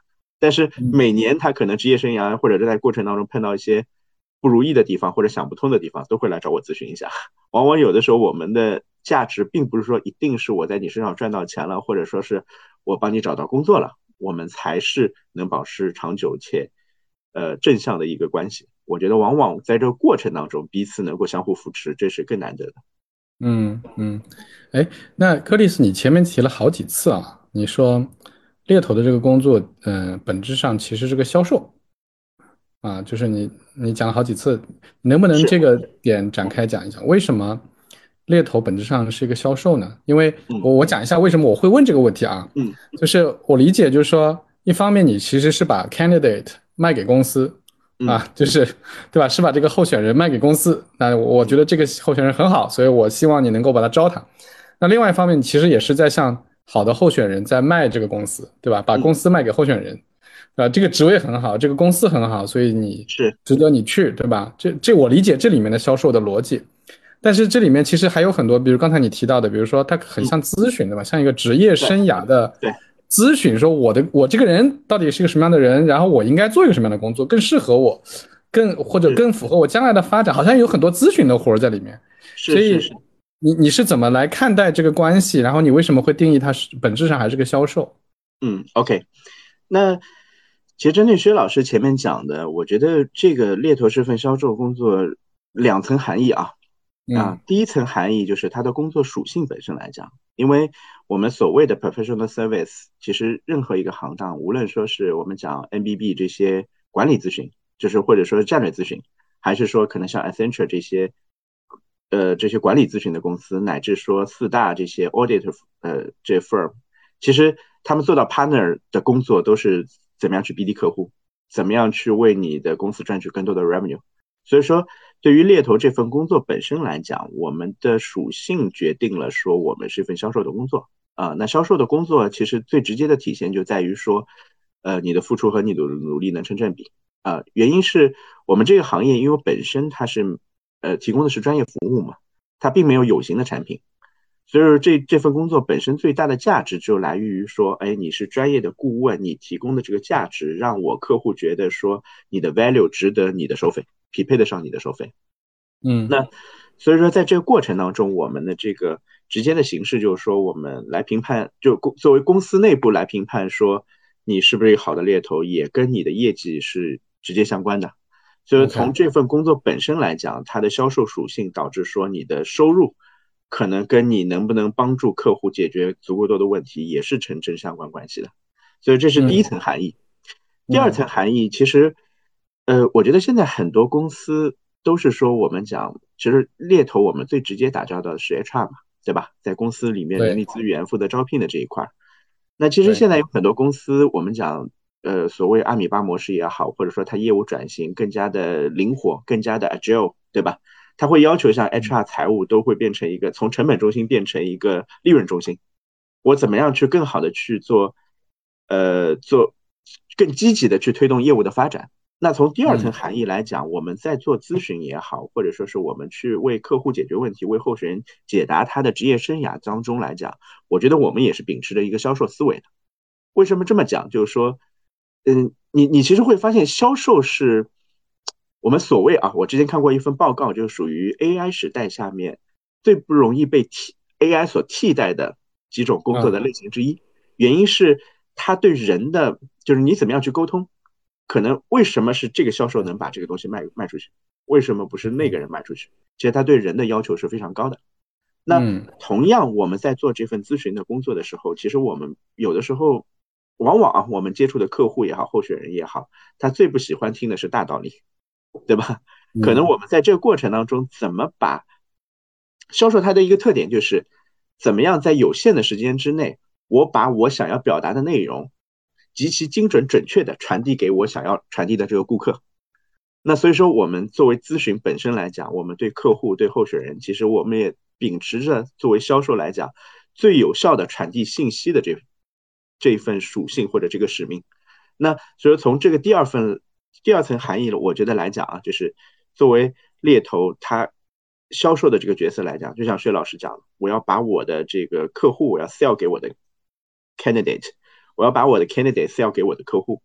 但是每年他可能职业生涯或者是在过程当中碰到一些不如意的地方或者想不通的地方，都会来找我咨询一下。往往有的时候我们的价值并不是说一定是我在你身上赚到钱了，或者说是我帮你找到工作了，我们才是能保持长久且呃正向的一个关系。我觉得往往在这个过程当中彼此能够相互扶持，这是更难得的。 嗯嗯，哎，那克里斯，你前面提了好几次啊，你说猎头的这个工作，嗯、本质上其实是个销售啊，就是你你讲了好几次，能不能是， 这个点展开讲一讲，为什么猎头本质上是一个销售呢？因为嗯我我讲一下为什么我会问这个问题啊， 嗯就是我理解就是说，一方面你其实是把 candidate 卖给公司嗯啊，就是对吧？是把这个候选人卖给公司，那我觉得这个候选人很好，所以我希望你能够把他招他。那另外一方面，你其实也是在向好的候选人在卖这个公司，对吧？把公嗯， 司卖给候选人。啊，这个职位很好，这个公司很好，所以你是， 值得你去，对吧？这这我理解这里面的销售的逻辑，但是这里面其实还有很多，比如刚才你提到的，比如说它很嗯像咨询，对吧？像一个职业对生涯的对咨询，说我的我这个人到底是个什么样的人，然后我应该做一个什么样的工作，更适合我，更或者是更符合我将来的发展，好像有很多咨询的活儿在里面。所以是是是。 你你是怎么来看待这个关系？然后你为什么会定义它是本质上还是个销售？ 嗯，OK，那其实针对薛老师前面讲的，我觉得这个猎头这份销售工作两层含义啊啊， 嗯第一层含义就是它的工作属性本身来讲，因为我们所谓的 professional service，其实任何一个行当，无论说是我们讲 M B B 这些管理咨询，就是或者说是战略咨询，还是说可能像 Accenture 这些呃这些管理咨询的公司，乃至说四大这些 audit 呃这 firm。其实他们做到 partner 的工作都是怎么样去 B D 客户，怎么样去为你的公司赚取更多的 revenue。所以说，对于猎头这份工作本身来讲，我们的属性决定了说我们是一份销售的工作啊、呃。那销售的工作其实最直接的体现就在于说，呃，你的付出和你的努力能成正比啊、呃。原因是我们这个行业，因为本身它是呃提供的是专业服务嘛，它并没有有形的产品。所以说这这份工作本身最大的价值就来源于说，哎，你是专业的顾问，你提供的这个价值让我客户觉得说你的 value 值得你的收费，匹配得上你的收费。 嗯那所以说在这个过程当中，我们的这个直接的形式就是说，我们来评判，就作为公司内部来评判说你是不是一个好的猎头，也跟你的业绩是直接相关的。所以从 ，OK， 这份工作本身来讲，它的销售属性导致说你的收入可能跟你能不能帮助客户解决足够多的问题也是成正相关关系的。所以这是第一嗯层含义。第二 ，OK， 层含义其实，呃，我觉得现在很多公司都是说我们讲，其实猎头我们最直接打交道的是 H R 嘛，对吧？在公司里面人力对资源负责招聘的这一块。那其实对， 现在有很多公司，我们讲，呃，所谓阿米巴模式也好，或者说它业务转型更加的灵活，更加的 agile，对吧？它会要求像 H R 财务都会变成一个从成本中心变成一个利润中心。我怎么样去更好的去做，呃，做更积极的去推动业务的发展？那从第二层嗯含义来讲，我们在做咨询也好，或者说是我们去为客户解决问题，为候选人解答他的职业生涯当中来讲，我觉得我们也是秉持着一个销售思维的。为什么这么讲？就是说，嗯，你你其实会发现，销售是我们所谓啊，我之前看过一份报告，就属于 A I 时代下面最不容易被替 A I 所替代的几种工作的啊类型之一。原因是它对人的，就是你怎么样去沟通，可能为什么是这个销售能把这个东西卖卖出去，为什么不是那个人卖出去？其实他对人的要求是非常高的。那嗯同样，我们在做这份咨询的工作的时候，其实我们有的时候，往往啊，我们接触的客户也好，候选人也好，他最不喜欢听的是大道理，对吧？可能嗯我们在这个过程当中，怎么把销售它的一个特点就是，怎么样在有限的时间之内，我把我想要表达的内容极其精准准确的传递给我想要传递的这个顾客。那所以说，我们作为咨询本身来讲，我们对客户、对候选人，其实我们也秉持着作为销售来讲最有效的传递信息的这这一份属性或者这个使命。那所以从这个第二份第二层含义了，我觉得来讲啊，就是作为猎头他销售的这个角色来讲，就像薛老师讲的，我要把我的这个客户，我要 sell 给我的 candidate，我要把我的 candidate sell 给我的客户。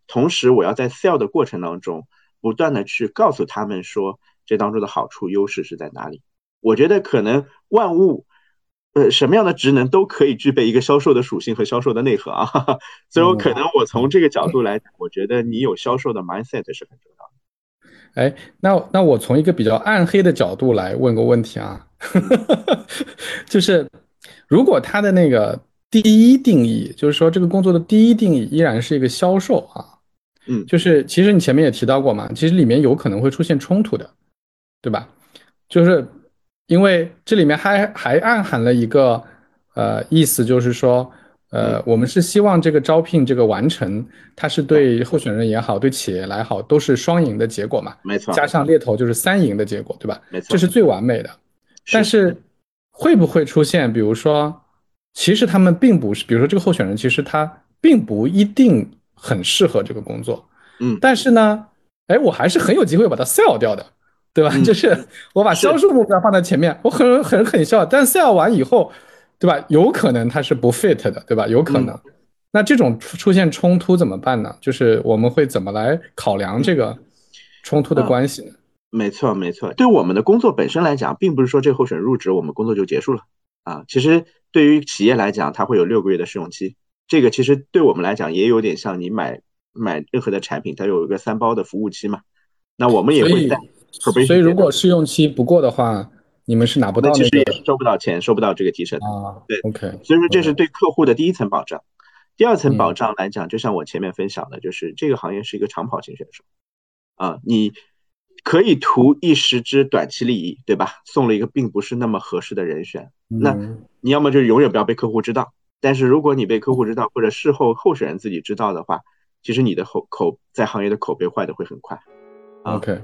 同时我要在 sell 的过程当中不断的去告诉他们说这当中的好处优势是在哪里。我觉得可能万物呃，什么样的职能都可以具备一个销售的属性和销售的内核啊，所以我可能我从这个角度来讲，我觉得你有销售的 mindset 是很重要的。 哎，那那我从一个比较暗黑的角度来问个问题啊，就是如果他的那个第一定义，就是说这个工作的第一定义依然是一个销售啊， 嗯， 就是其实你前面也提到过嘛，其实里面有可能会出现冲突的，对吧？就是因为这里面还还暗含了一个呃意思，就是说呃嗯， 我们是希望这个招聘这个完成，它是对候选人也好，对企业来好，都是双赢的结果嘛， 没错， 加上猎头就是三赢的结果，对吧？ 没错， 这是最完美的。但是， 是会不会出现，比如说，其实他们并不是，比如说这个候选人其实他并不一定很适合这个工作， 嗯但是呢，哎，我还是很有机会把它 sell 掉的，对吧？ 嗯， 就是我把销是， 售目标放在前面，我很很很效，但 sell 完以后，对吧？有可能它是不 fit 的，对吧？有可嗯能。那这种出出现冲突怎么办呢？就是我们会怎么来考量这个冲突的嗯， 关系呢？ 没错没错。对我们的工作本身来讲，并不是说这个候选人入职，我们工作就结束了啊。其实对于企业来讲，它会有六个月的试用期，这个其实对我们来讲也有点像你买买任何的产品，它有一个三包的服务期嘛。那我们也会在所以，所 probation 以如阶段， 果试用期不过的话，你们是拿不我们其到那个实也是收不到钱，收不到这个提成的。 啊对， ？OK 所以说这是 OK， 对客户的第一层保障。第二层保嗯， 障来讲，就像我前面分享的，就是这个行业是一个长跑型选手啊，你可以图一时之短期利益，对吧？送了一个并不是那么合适的人选，那嗯你要么就永远不要被客户知道。但是如果你被客户知道，或者事后候选人自己知道的话，其实你的口口在行业的口碑坏的会很快啊。 ，OK。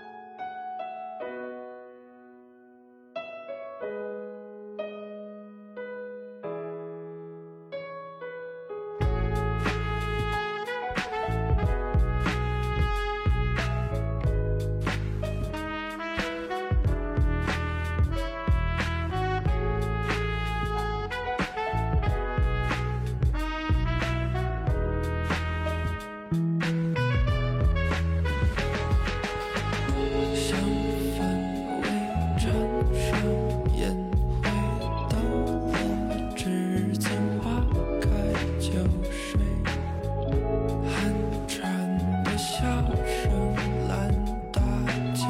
像氛围产生烟灰，到了指尖花开就睡，寒蝉的笑声烂大街，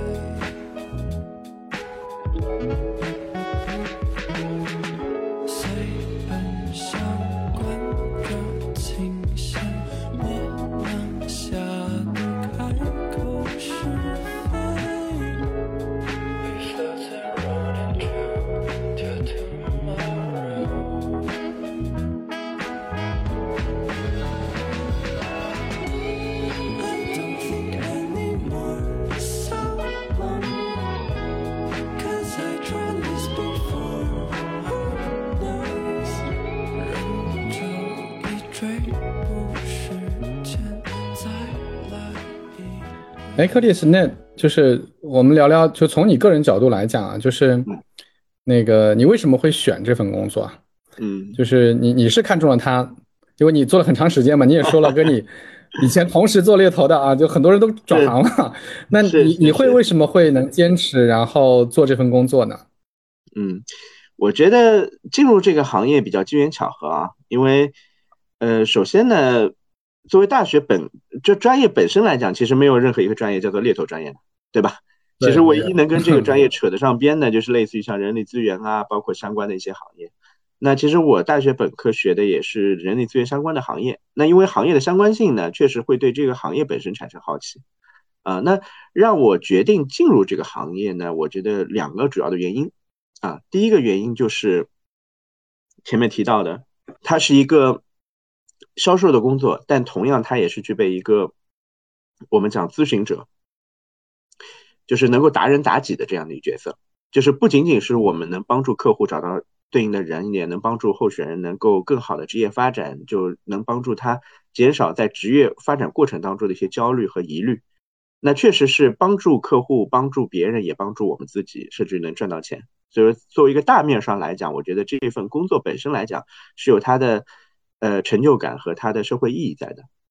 随本相关着琴弦，我能下你开口是非。We floated round and round till tomorrow. I don't think anymore so long, 'cause I tried this before. Who knows? 人就一追捕时间再来一回。 哎，克里斯，那就是我们聊聊，就从你个人角度来讲啊，就是嗯那个你为什么会选这份工作啊？ 嗯， 就是你你是看中了它，因为你做了很长时间嘛，你也说了，跟你以前同时做猎头的啊，就很多人都转行了。那是你你是是， 会为什么会能坚持，然后做这份工作呢？ 嗯，我觉得进入这个行业比较机缘巧合啊，因为呃，首先呢，作为大学本这专业本身来讲，其实没有任何一个专业叫做猎头专业的，对吧？其实对，没有。 唯一能跟这个专业扯得上边的，就是类似于像人力资源啊，包括相关的一些行业。那其实我大学本科学的也是人力资源相关的行业，那因为行业的相关性呢，确实会对这个行业本身产生好奇啊。那让我决定进入这个行业呢，我觉得两个主要的原因啊。第一个原因就是前面提到的，它是一个销售的工作，但同样它也是具备一个我们讲咨询者，就是能够达人达己的这样的一个角色，就是不仅仅是我们能帮助客户找到对应的人，也能帮助候选人能够更好的职业发展，就能帮助他减少在职业发展过程当中的一些焦虑和疑虑。那确实是帮助客户，帮助别人，也帮助我们自己，甚至能赚到钱。所以作为一个大面上来讲，我觉得这份工作本身来讲是有它的呃成就感和它的社会意义在的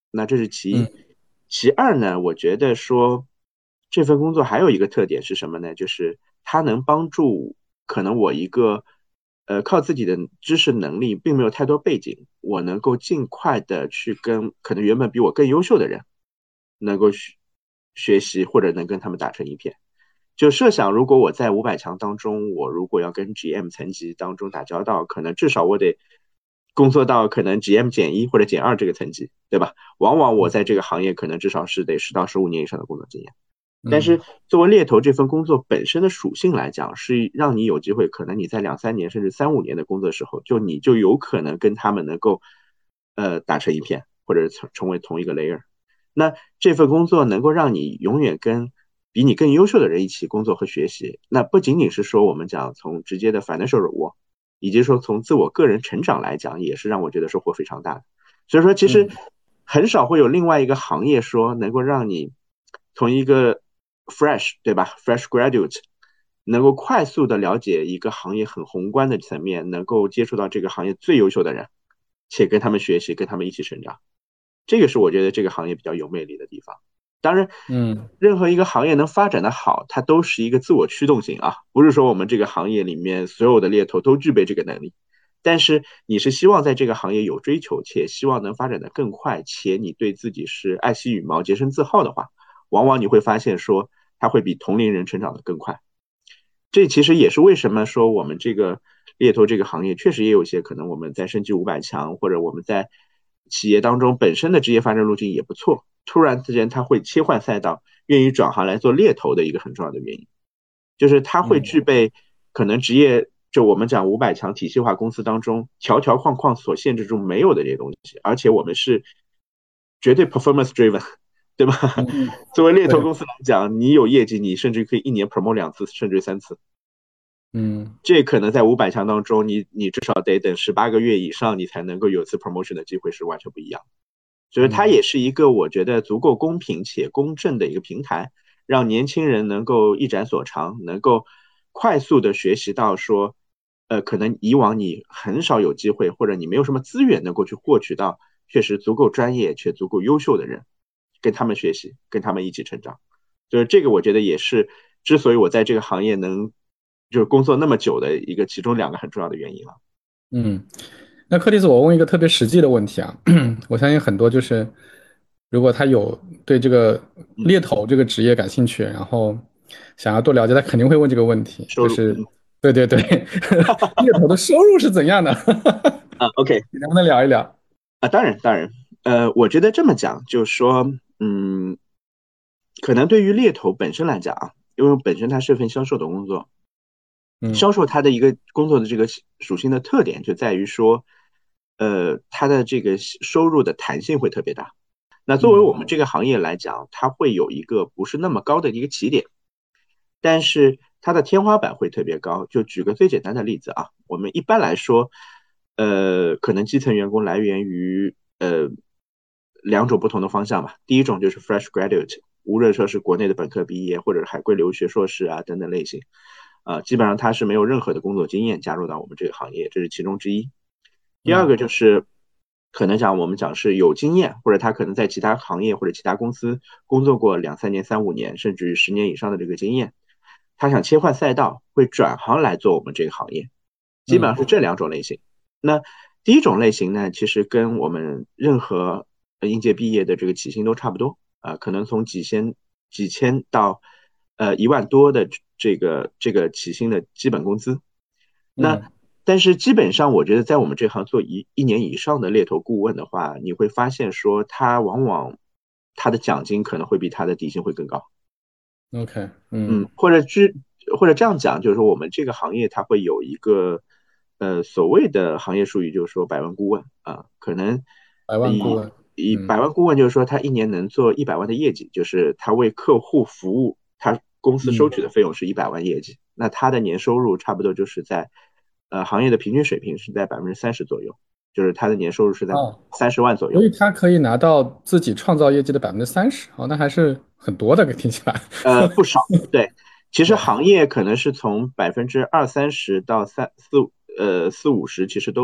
那这是其一。 嗯其二呢，我觉得说这份工作还有一个特点是什么呢？就是它能帮助可能我一个呃靠自己的知识能力并没有太多背景，我能够尽快的去跟可能原本比我更优秀的人能够学学习，或者能跟他们打成一片。就设想，如果我在五百强当中，我如果要跟 G M 层级当中打交道，可能至少我得工作到可能 G M 减一或者减二这个层级，对吧？往往我在这个行业可能至少是得十到十五年以上的工作经验。但嗯是作为猎头这份工作本身的属性来讲，是让你有机会，可能你在两三年甚至三五年的工作时候，就你就有可能跟他们能够呃打成一片，或者成成为同一个 layer。那这份工作能够让你永远跟比你更优秀的人一起工作和学习，那不仅仅是说我们讲从直接的 financial reward，以及说从自我个人成长来讲，也是让我觉得收获非常大的。所以说，其实嗯很少会有另外一个行业说能够让你从一个 fresh 对吧 fresh graduate 能够快速的了解一个行业很宏观的层面，能够接触到这个行业最优秀的人，且跟他们学习，跟他们一起成长。这个是我觉得这个行业比较有魅力的地方。当然， 嗯任何一个行业能发展的好，它都是一个自我驱动型啊，不是说我们这个行业里面所有的猎头都具备这个能力。但是你是希望在这个行业有追求，且希望能发展的更快，且你对自己是爱惜羽毛、洁身自好的话，往往你会发现说，它会比同龄人成长的更快。这其实也是为什么说我们这个猎头这个行业确实也有一些可能我们在升级五百强，或者我们在企业当中本身的职业发展路径也不错，突然之间他会切换赛道，愿意转行来做猎头的一个很重要的原因，就是他会具嗯备可能职业就我们讲五百强体系化公司当中条条框框所限制住没有的这些东西，而且我们是绝对 performance driven，对吧？ 嗯， 作为猎头对， 公司来讲，你有业绩，你甚至可以一年 promote 两次，甚至三次。 嗯这可能在五百强当中，你你至少得等十八个月以上，你才能够有次 promotion 的机会，是完全不一样的。所以它嗯也是一个我觉得足够公平且公正的一个平台，让年轻人能够一展所长，能够快速的学习到说，呃，可能以往你很少有机会，或者你没有什么资源能够去获取到确实足够专业且足够优秀的人，跟他们学习，跟他们一起成长。就是这个，我觉得也是之所以我在这个行业能就是工作那么久的一个其中两个很重要的原因了。 嗯。那柯蒂斯，我问一个特别实际的问题啊，我相信很多就是，如果他有对这个嗯， 猎头这个职业感兴趣，然后想要多了解，他肯定会问这个问题， 收入， 就是， 嗯对对对，猎头的收入是怎样的？ 啊，OK， 你能不能聊一聊？ 啊，当然当然，呃，我觉得这么讲，就是说，嗯，可能对于猎头本身来讲啊，因为本身它是份销售的工作， 嗯销售它的一个工作的这个属性的特点就在于说，呃，它的这个收入的弹性会特别大。那作为我嗯们这个行业来讲，它会有一个不是那么高的一个起点，但是它的天花板会特别高。就举个最简单的例子啊，我们一般来说，呃，可能基层员工来源于呃两种不同的方向吧。第一种就是 fresh graduate，无论说是国内的本科毕业，或者是海归留学硕士啊等等类型，啊、呃基本上他是没有任何的工作经验加入到我们这个行业，这是其中之一。第二嗯个就是可能讲我们讲是有经验，或者他可能在其他行业或者其他公司工作过两三年、三五年，甚至于十年以上的这个经验，他想切换赛道，会转行来做我们这个行业，基本上嗯是这两种类型。那第一种类型呢，其实跟我们任何呃应届毕业的这个起薪都差不多啊、呃可能从几千几千到呃一万多的这个这个起薪的基本工资。那嗯但是基本上，我觉得在我们这行做一一年以上的猎头顾问的话，你会发现说，他往往他的奖金可能会比他的底薪会更高。 ，OK，嗯， 嗯，或者是或者这样讲，就是说我们这个行业它会有一个呃所谓的行业术语，就是说百万顾问啊，可能百万顾以问， 以嗯百万顾问就是说他一年能做一百万的业绩，就是他为客户服务，他公司收嗯， 取的费用是一百万业绩，那他的年收入差不多就是在呃行业的平均水平是在百分之三十左右，就是他的年收入是在哦， 三十万左右。 所以他可以拿到自己创造业绩的百分之三十，哦，那还是很多的，听起来。 呃，不少，对。其实对， 行业可能是从百分之二三十到三四呃四五十，其实都有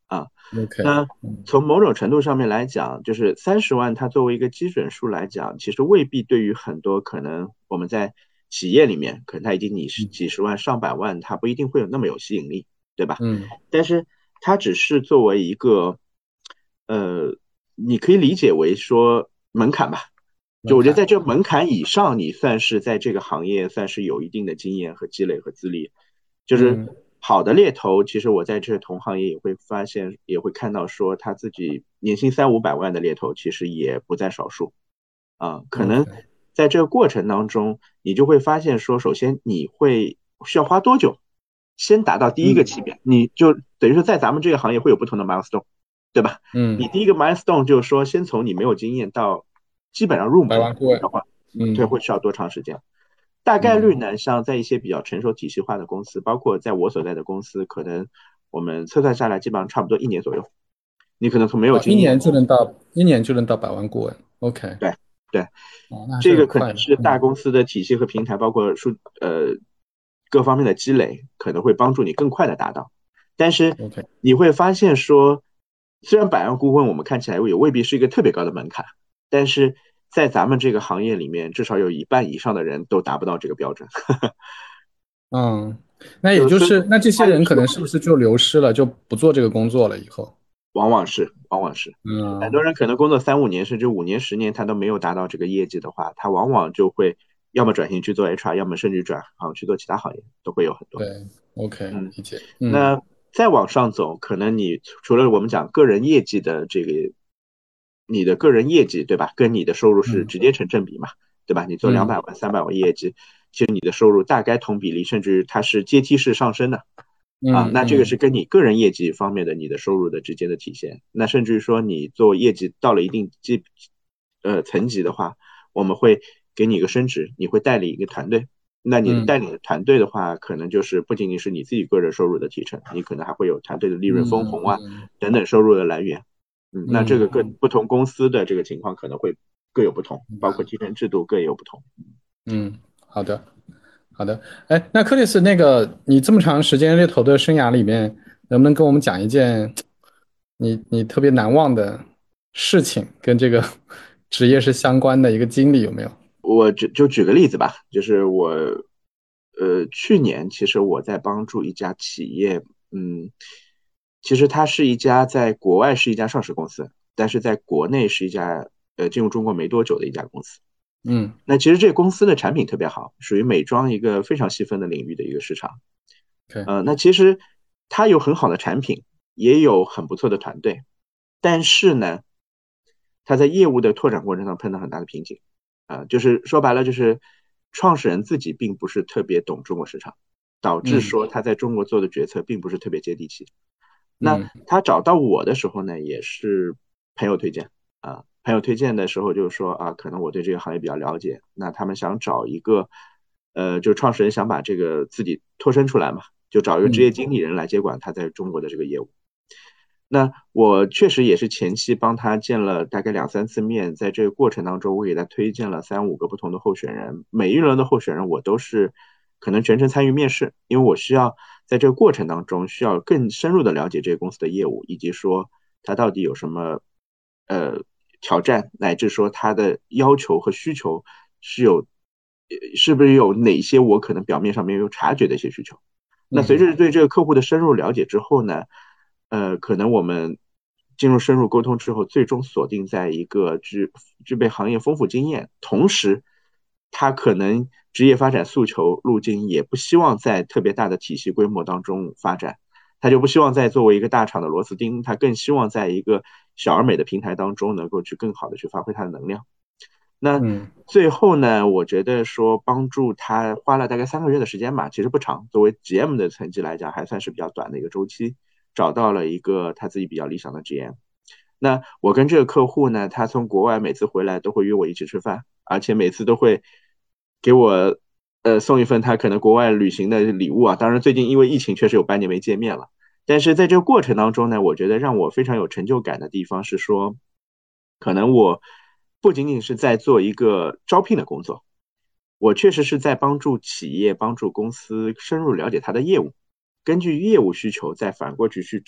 啊。 OK， 那从某种程度上面来讲，就是三十万它作为一个基准数来讲，其实未必对于很多可能我们在企业里面，可能它已经几十几十万、上百万，它不一定会有那么有吸引力，对吧？ 嗯但是它只是作为一个，呃，你可以理解为说门槛吧。就门槛， 我觉得在这门槛以上，你算是在这个行业算是有一定的经验和积累和资历。就是嗯好的猎头，其实我在这同行业也会发现，也会看到说他自己年薪三五百万的猎头，其实也不在少数啊。可能 ，OK， 在这个过程当中，你就会发现说，首先你会需要花多久先达到第一个嗯起点，你就等于说在咱们这个行业会有不同的 milestone，对吧？你嗯， 第一个 milestone 就是说，先从你没有经验到基本上入门百万顾问， 的话，对， 嗯会需要多长时间？大概率嗯， 呢，像在一些比较成熟体系化的公司，包括在我所在的公司，可能我们测算下来基本上差不多一年左右。你可能从没有哦，一经验， 年就能到一年就能到百万顾问，OK， 对对， 哦，那还是这个可能很快的， 是大嗯公司的体系和平台，包括数呃各方面的积累，可能会帮助你更快的达到。但是 ，OK， 你会发现说，虽然百万顾问我们看起来也未必是一个特别高的门槛，但是在咱们这个行业里面，至少有一半以上的人都达不到这个标准。 嗯，那也就所以就是那这些它也是有人可能是不是就流失了，就不做这个工作了以后， 往往是，往往是，很多嗯， 人可能工作三五年，甚至五年、十年，他都没有达到这个业绩的话，他往往就会要么转型去做 H R，要么甚至转行去做其他行业，都会有很多。 对，OK， 嗯， 理解，嗯那再往上走，可能你除了我们讲个人业绩的这个，你的个人业绩对吧，跟你的收入是嗯直接成正比嘛，对吧？你做两嗯百万、三百万业绩，其实你的收入大概同比例，甚至它是阶梯式上升的。啊，那这个是嗯嗯跟你个人业绩方面的你的收入的直接的体现。那甚至于说你做业绩到了一定级呃层级的话，我们会给你一个升职，你会带领一个团队。那你的带嗯领的团队的话，可能就是不仅仅是你自己个人收入的提成，你可能还会有团队的利润分嗯红啊嗯等等收入的来源。嗯，那这个各嗯， 不同公司的这个情况可能会各有不同， 明白了， 包括提成制度各有不同。 嗯，好的。好的，哎，那克里斯，那个你这么长时间猎头的生涯里面，能不能跟我们讲一件你你特别难忘的事情，跟这个职业是相关的一个经历，有没有？ 我就就举个例子吧，就是我，呃，去年其实我在帮助一家企业，嗯，其实它是一家在国外是一家上市公司，但是在国内是一家呃进入中国没多久的一家公司。 嗯那其实这个公司的产品特别好，属于美妆一个非常细分的领域的一个市场。 ，OK， 呃，那其实它有很好的产品，也有很不错的团队，但是呢，它在业务的拓展过程上碰到很大的瓶颈。啊、就是说白了，就是创始人自己并不是特别懂中国市场，导致嗯说他在中国做的决策并不是特别接地气。那嗯他找到我的时候呢，也是朋友推荐啊，朋友推荐的时候就是说啊，可能我对这个行业比较了解，那他们想找一个，呃，就创始人想把这个自己脱身出来嘛，就找一个职业嗯经理人来接管他在中国的这个业务。那我确实也是前期帮他见了大概两三次面，在这个过程当中，我给他推荐了三五个不同的候选人，每一轮的候选人我都是可能全程参与面试，因为我需要在这个过程当中需要更深入的了解这个公司的业务，以及说他到底有什么呃挑战，乃至说他的要求和需求是有呃是不是有哪些我可能表面上没有察觉的一些需求。那随嗯着对这个客户的深入了解之后呢，呃，可能我们进入深入沟通之后，最终锁定在一个具具备行业丰富经验，同时他可能职业发展诉求路径也不希望在特别大的体系规模当中发展，他就不希望再作为一个大厂的螺丝钉，他更希望在一个小而美的平台当中能够去更好的去发挥他的能量。那嗯最后呢，我觉得说帮助他花了大概三个月的时间吧，其实不长，作为 G M 的层级来讲，还算是比较短的一个周期，找到了一个他自己比较理想的 G M。那我跟这个客户呢，他从国外每次回来都会约我一起吃饭，而且每次都会给我呃送一份他可能国外旅行的礼物啊。当然，最近因为疫情确实有半年没见面了，但是在这个过程当中呢，我觉得让我非常有成就感的地方是说，可能我不仅仅是在做一个招聘的工作，我确实是在帮助企业、帮助公司深入了解它的业务，根据业务需求再反过去去找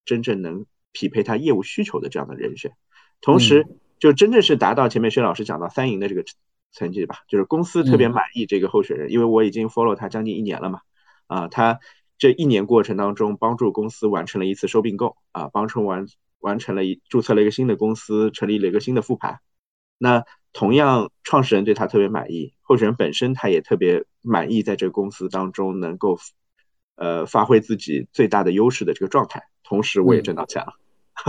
真正能匹配他业务需求的这样的人选，同时就真正是达到前面薛老师讲到三赢的这个成绩吧，就是公司特别满意这个候选人，因为我已经 follow 他将近一年了嘛，啊，他这一年过程当中帮助公司完成了一次收并购啊，帮助完完成了一注册了一个新的公司，成立了一个新的复盘。那同样创始人对他特别满意，候选人本身他也特别满意在这个公司当中能够呃发挥自己最大的优势的这个状态，同时我也挣到钱了。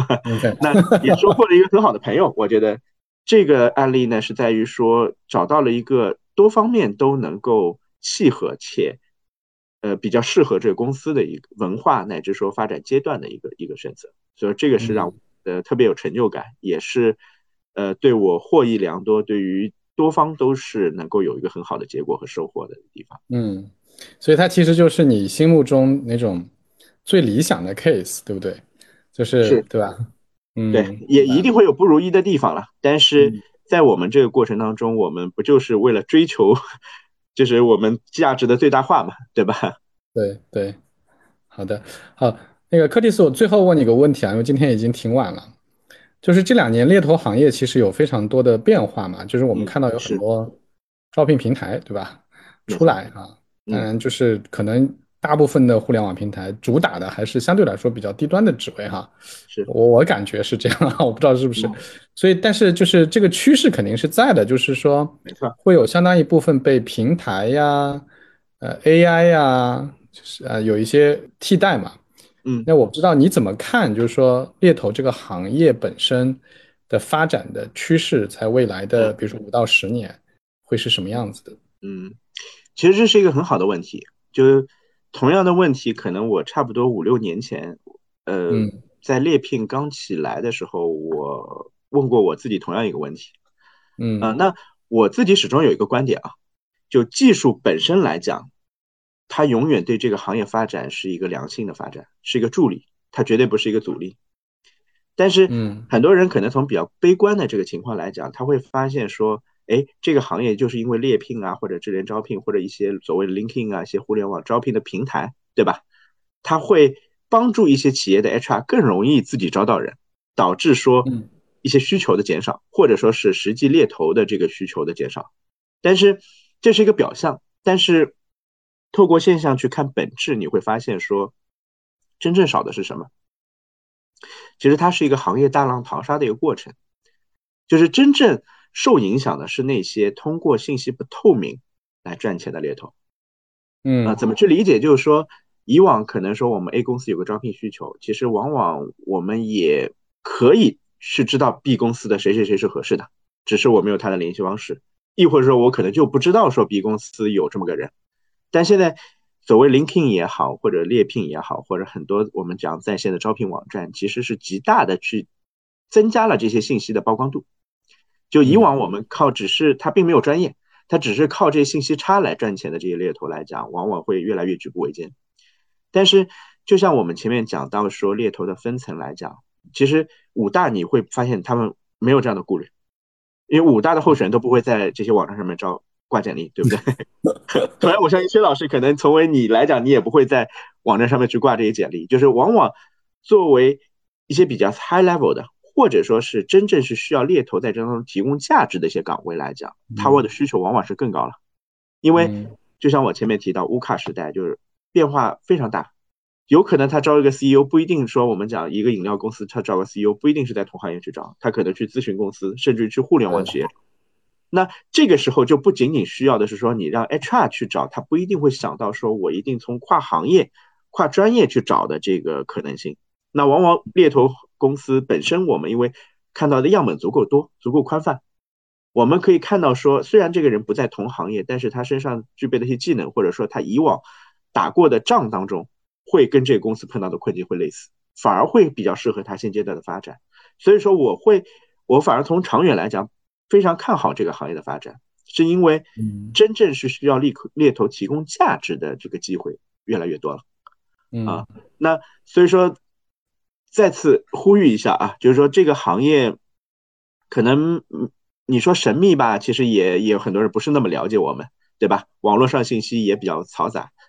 OK 那也收获了一个很好的朋友，我觉得这个案例呢是在于说找到了一个多方面都能够契合且呃比较适合这个公司的一个文化乃至说发展阶段的一个一个选择，所以这个是让我呃特别有成就感，也是呃对我获益良多，对于多方都是能够有一个很好的结果和收获的地方。 嗯，所以它其实就是你心目中那种最理想的 case，对不对？就是是， 对吧？ 对， 嗯， 也一定会有不如意的地方了，但是嗯， 在我们这个过程当中，我们不就是为了追求就是我们价值的最大化嘛，对吧？ 对对，好的，好，那个柯蒂斯，我最后问你个问题啊，因为今天已经挺晚了。就是这两年猎头行业其实有非常多的变化嘛，就是我们嗯， 看到有很是， 多招聘平台，对吧？出没错， 来啊，当嗯， 然就是可能大部分的互联网平台主打的还是相对来说比较低端的职位哈， 是， 我我感觉是这样啊，我不知道是不是。 嗯， 所以，但是就是这个趋势肯定是在的，就是说没错， 会有相当一部分被平台呀、呃 A I 呀，就是呃有一些替代嘛。 嗯那我不知道你怎么看，就是说猎头这个行业本身的发展的趋势，在未来的嗯比如说五到十年会是什么样子的？ 嗯，其实这是一个很好的问题，就是同样的问题，可能我差不多五六年前，呃， 嗯在猎聘刚起来的时候，我问过我自己同样一个问题。呃， 嗯那我自己始终有一个观点啊，就技术本身来讲，它永远对这个行业发展是一个良性的发展，是一个助力，它绝对不是一个阻力。但是嗯很多人可能从比较悲观的这个情况来讲，他会发现说，哎，这个行业就是因为猎聘啊，或者智联招聘，或者一些所谓的 LinkedIn 啊，一些互联网招聘的平台，对吧？它会帮助一些企业的 H R 更容易自己招到人，导致说嗯一些需求的减少，或者说是实际猎头的这个需求的减少。但是这是一个表象，但是透过现象去看本质，你会发现说，真正少的是什么？其实它是一个行业大浪淘沙的一个过程，就是真正受影响的是那些通过信息不透明来赚钱的猎头。啊、呃嗯怎么去理解？就是说，以往可能说我们 A 公司有个招聘需求，其实往往我们也可以是知道 B 公司的谁谁谁是合适的，只是我没有他的联系方式，亦或者说我可能就不知道说 B 公司有这么个人。但现在所谓 LinkedIn 也好，或者猎聘也好，或者很多我们讲在线的招聘网站，其实是极大的去增加了这些信息的曝光度。就以嗯往我们靠只是他并没有专业，他只是靠这些信息差来赚钱的这些猎头来讲，往往会越来越举步维艰。但是就像我们前面讲到说猎头的分层来讲，其实五大你会发现他们没有这样的顾虑，因为五大的候选人都不会在这些网站上面招挂简历，对不对？同样，我相信薛老师可能从为你来讲，你也不会在网站上面去挂这些简历，就是往往作为一些比较 high level 的，或者说是真正是需要猎头在这当中提供价值的一些岗位来讲，他们的需求往往是更高了。因为嗯就像我前面提到，乌卡时代就是变化非常大，有可能他招一个 C E O 不一定说我们讲一个饮料公司他招个 C E O 不一定是在同行业去招，他可能去咨询公司，甚至去互联网企业。那这个时候就不仅仅需要的是说你让 H R 去找，他不一定会想到说我一定从跨行业、跨专业去找的这个可能性。那往往猎头公司本身，我们因为看到的样本足够多、足够宽泛，我们可以看到说，虽然这个人不在同行业，但是他身上具备的一些技能，或者说他以往打过的仗当中，会跟这个公司碰到的困境会类似，反而会比较适合他现阶段的发展。所以说，我会，我反而从长远来讲，非常看好这个行业的发展，是因为嗯真正是需要猎猎头提供价值的这个机会越来越多了啊。 嗯那所以说，再次呼吁一下啊，就是说这个行业可能你说神秘吧，其实也也有很多人不是那么了解我们，对吧？网络上信息也比较嘈杂，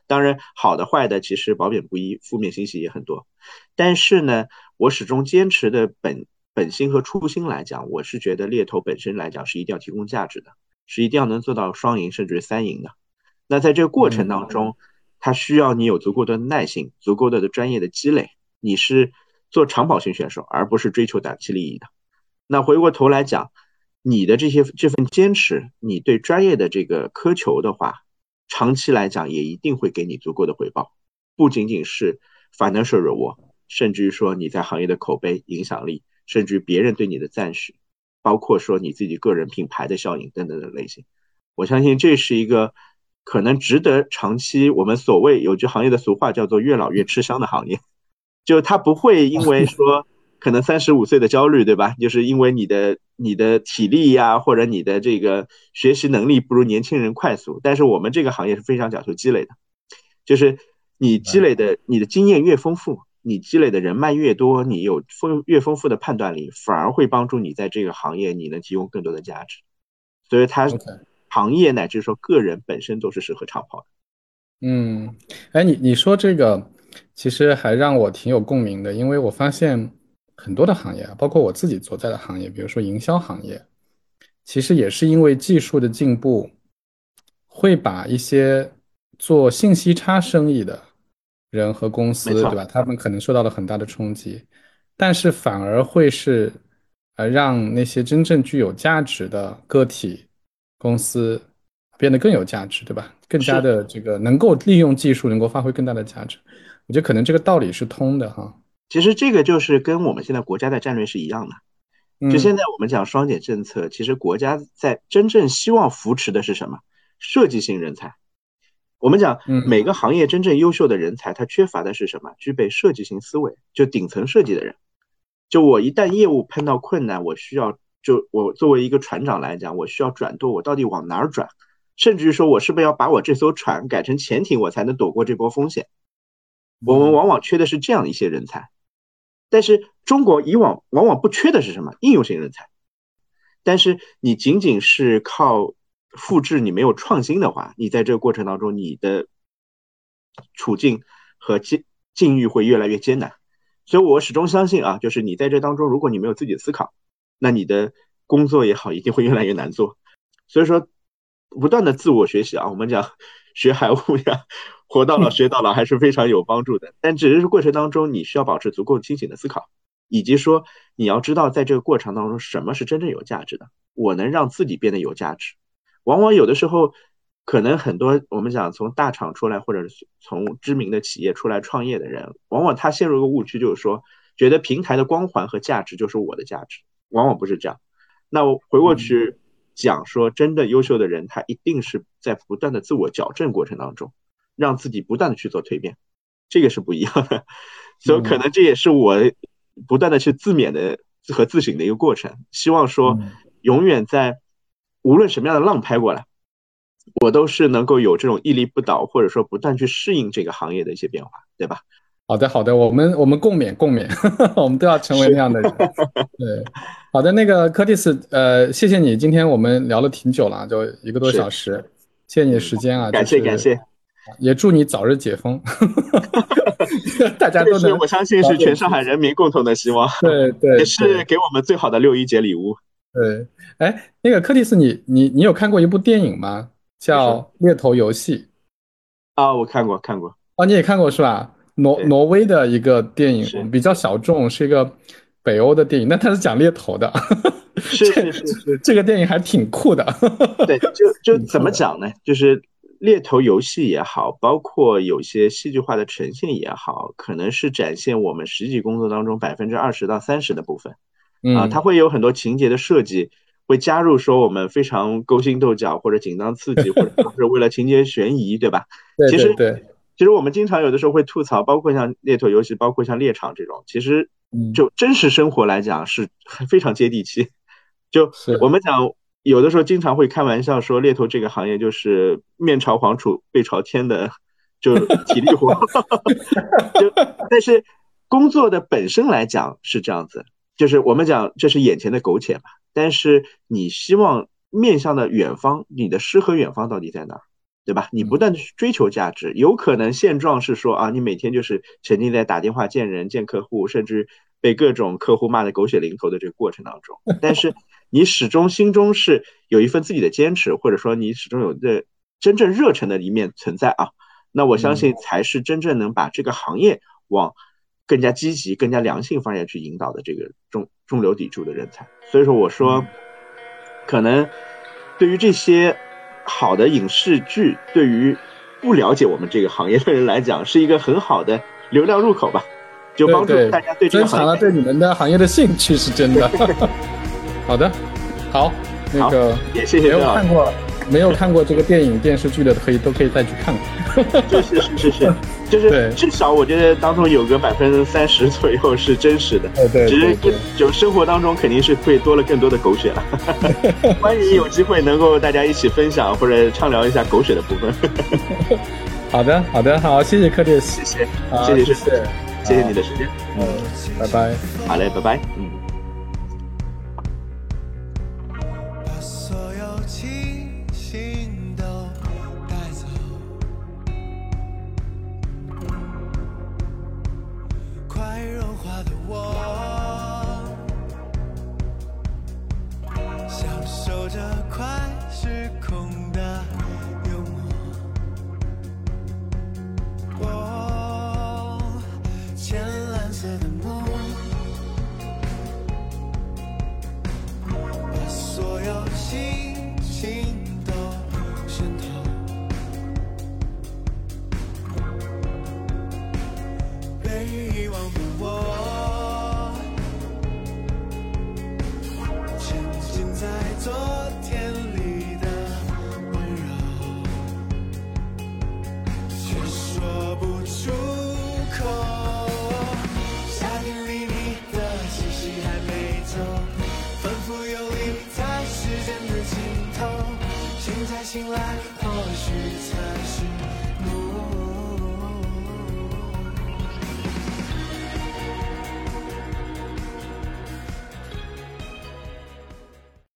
当然，好的坏的其实褒贬不一，负面信息也很多。但是呢，我始终坚持的本本心和初心来讲，我是觉得猎头本身来讲是一定要提供价值的，是一定要能做到双赢甚至三赢的。那在这个过程当中，它需要你有足够的耐心，足够的专业的积累，你是做长跑型选手，而不是追求短期利益的。那回过头来讲，你的这些这份坚持，你对专业的这个苛求的话，长期来讲也一定会给你足够的回报，不仅仅是 financial reward， 甚至于说你在行业的口碑、影响力，甚至于别人对你的赞许，包括说你自己个人品牌的效应等等的类型。我相信这是一个可能值得长期，我们所谓有句行业的俗话叫做越老越吃香的行业，就它不会因为说可能三十五岁的焦虑，对吧？就是因为你的你的体力呀，或者你的这个学习能力不如年轻人快速。但是我们这个行业是非常讲究积累的，就是你积累的你的经验越丰富，你积累的人脉越多，你有丰越丰富的判断力，反而会帮助你在这个行业你能提供更多的价值。所以它行业乃至说个人本身都是适合长跑的。 嗯，哎，你你说这个其实还让我挺有共鸣的，因为我发现很多的行业啊，包括我自己所在的行业，比如说营销行业，其实也是因为技术的进步，会把一些做信息差生意的人和公司，对没错， 吧？他们可能受到了很大的冲击，但是反而会是呃让那些真正具有价值的个体公司变得更有价值，对吧？更加是。 的这个能够利用技术，能够发挥更大的价值。我觉得可能这个道理是通的哈。 其实这个就是跟我们现在国家的战略是一样的。就嗯现在我们讲双减政策，其实国家在真正希望扶持的是什么？设计型人才。我们讲嗯每个行业真正优秀的人才，他缺乏的是什么？具备设计型思维，就顶层设计的人。就我一旦业务碰到困难，我需要就我作为一个船长来讲，我需要转舵，我到底往哪儿转？甚至于说我是不是要把我这艘船改成潜艇，我才能躲过这波风险？我们嗯往往缺的是这样一些人才。但是中国以往往往不缺的是什么？应用型人才。但是你仅仅是靠复制，你没有创新的话，你在这个过程当中，你的处境和境境遇会越来越艰难。所以我始终相信啊，就是你在这当中，如果你没有自己的思考，那你的工作也好，一定会越来越难做。所以说，不断的自我学习啊，我们讲学海无涯，活到老学到老，还是非常有帮助的。但只是过程当中，你需要保持足够清醒的思考，以及说你要知道，在这个过程当中，什么是真正有价值的，我能让自己变得有价值。往往有的时候，可能很多我们讲从大厂出来，或者是从知名的企业出来创业的人，往往他陷入一个误区，就是说，觉得平台的光环和价值就是我的价值，往往不是这样。那我回过去讲说，真的优秀的人，他一定是在不断的自我矫正过程当中，让自己不断的去做蜕变，这个是不一样的。所以可能这也是我不断的去自勉的和自省的一个过程。希望说，永远在无论什么样的浪拍过来，我都是能够有这种屹立不倒，或者说不断去适应这个行业的一些变化，对吧？ 好的，好的，我们我们共勉共勉，我们都要成为那样的人。对，好的，那个柯蒂斯，呃，谢谢你，今天我们聊了挺久了，就一个多小是， 时，谢谢你的时间啊， 感就是谢感谢。 也祝你早日解封，大家这是都能我相信是全上海人民共同的希望， 对对也是对给我们最好的六一节礼物。 对。哎，那个柯蒂斯，你你你有看过一部电影吗？ 你说叫《猎头游戏》。 啊，我看过看过， 哦，你也看过是吧？挪对， 挪威的一个电影， 是比较小众，是一个北欧的电影，但它是讲猎头的。这是是是是， 这个电影还挺酷的， 对，就就怎挺酷的。 么讲呢？就是猎头游戏也好，包括有些戏剧化的呈现也好，可能是展现我们实际工作当中百分之二十到三十的部分啊，它嗯， 会有很多情节的设计，会加入说我们非常勾心斗角或者紧张刺激，或者说是为了情节悬疑，对吧？ 对其实对对， 其实我们经常有的时候会吐槽，包括像猎头游戏，包括像猎场这种，其实嗯， 就真实生活来讲是非常接地气。就我是， 们讲，有的时候经常会开玩笑说，猎头这个行业就是面朝黄土背朝天的，就体力活。就但是工作的本身来讲是这样子，就是我们讲这是眼前的苟且嘛，但是你希望面向的远方，你的诗和远方到底在哪儿？ 对吧？你不断的去追求价值，有可能现状是说啊，你每天就是沉浸在打电话见人、见客户，甚至被各种客户骂得狗血淋头的这个过程当中，但是你始终心中是有一份自己的坚持，或者说你始终有的真正热忱的一面存在啊，那我相信才是真正能把这个行业往更加积极、更加良性方向去引导的这个中中流砥柱的人才。所以说我说，可能对于这些好的影视剧，对于不了解我们这个行业的人来讲，是一个很好的流量入口吧，就帮助大家对这个行业增强了对你们的行业的兴趣，是真的。好的，好，那个也谢谢没有看过没有看过这个电影电视剧的，可以都可以再去看看。 是是是是，就是至少我觉得当中有个百分之三十左右是真实的， 对对， 只是就生活当中肯定是会多了更多的狗血了。欢迎有机会能够大家一起分享或者畅聊一下狗血的部分。 好的好的，好，谢谢柯列斯， 谢谢谢谢谢谢谢谢你的时间， 嗯，拜拜。 好嘞，拜拜，嗯。 把所有清醒都带走，快融化的我，享受着快失控的幽默。我浅蓝色的梦，把所有心情都渗透，被遗忘的我，沉浸在昨天里的温柔，却说不出口。夏天里你的气息还没走，反复游离在时间的尽头，现在醒来或许才是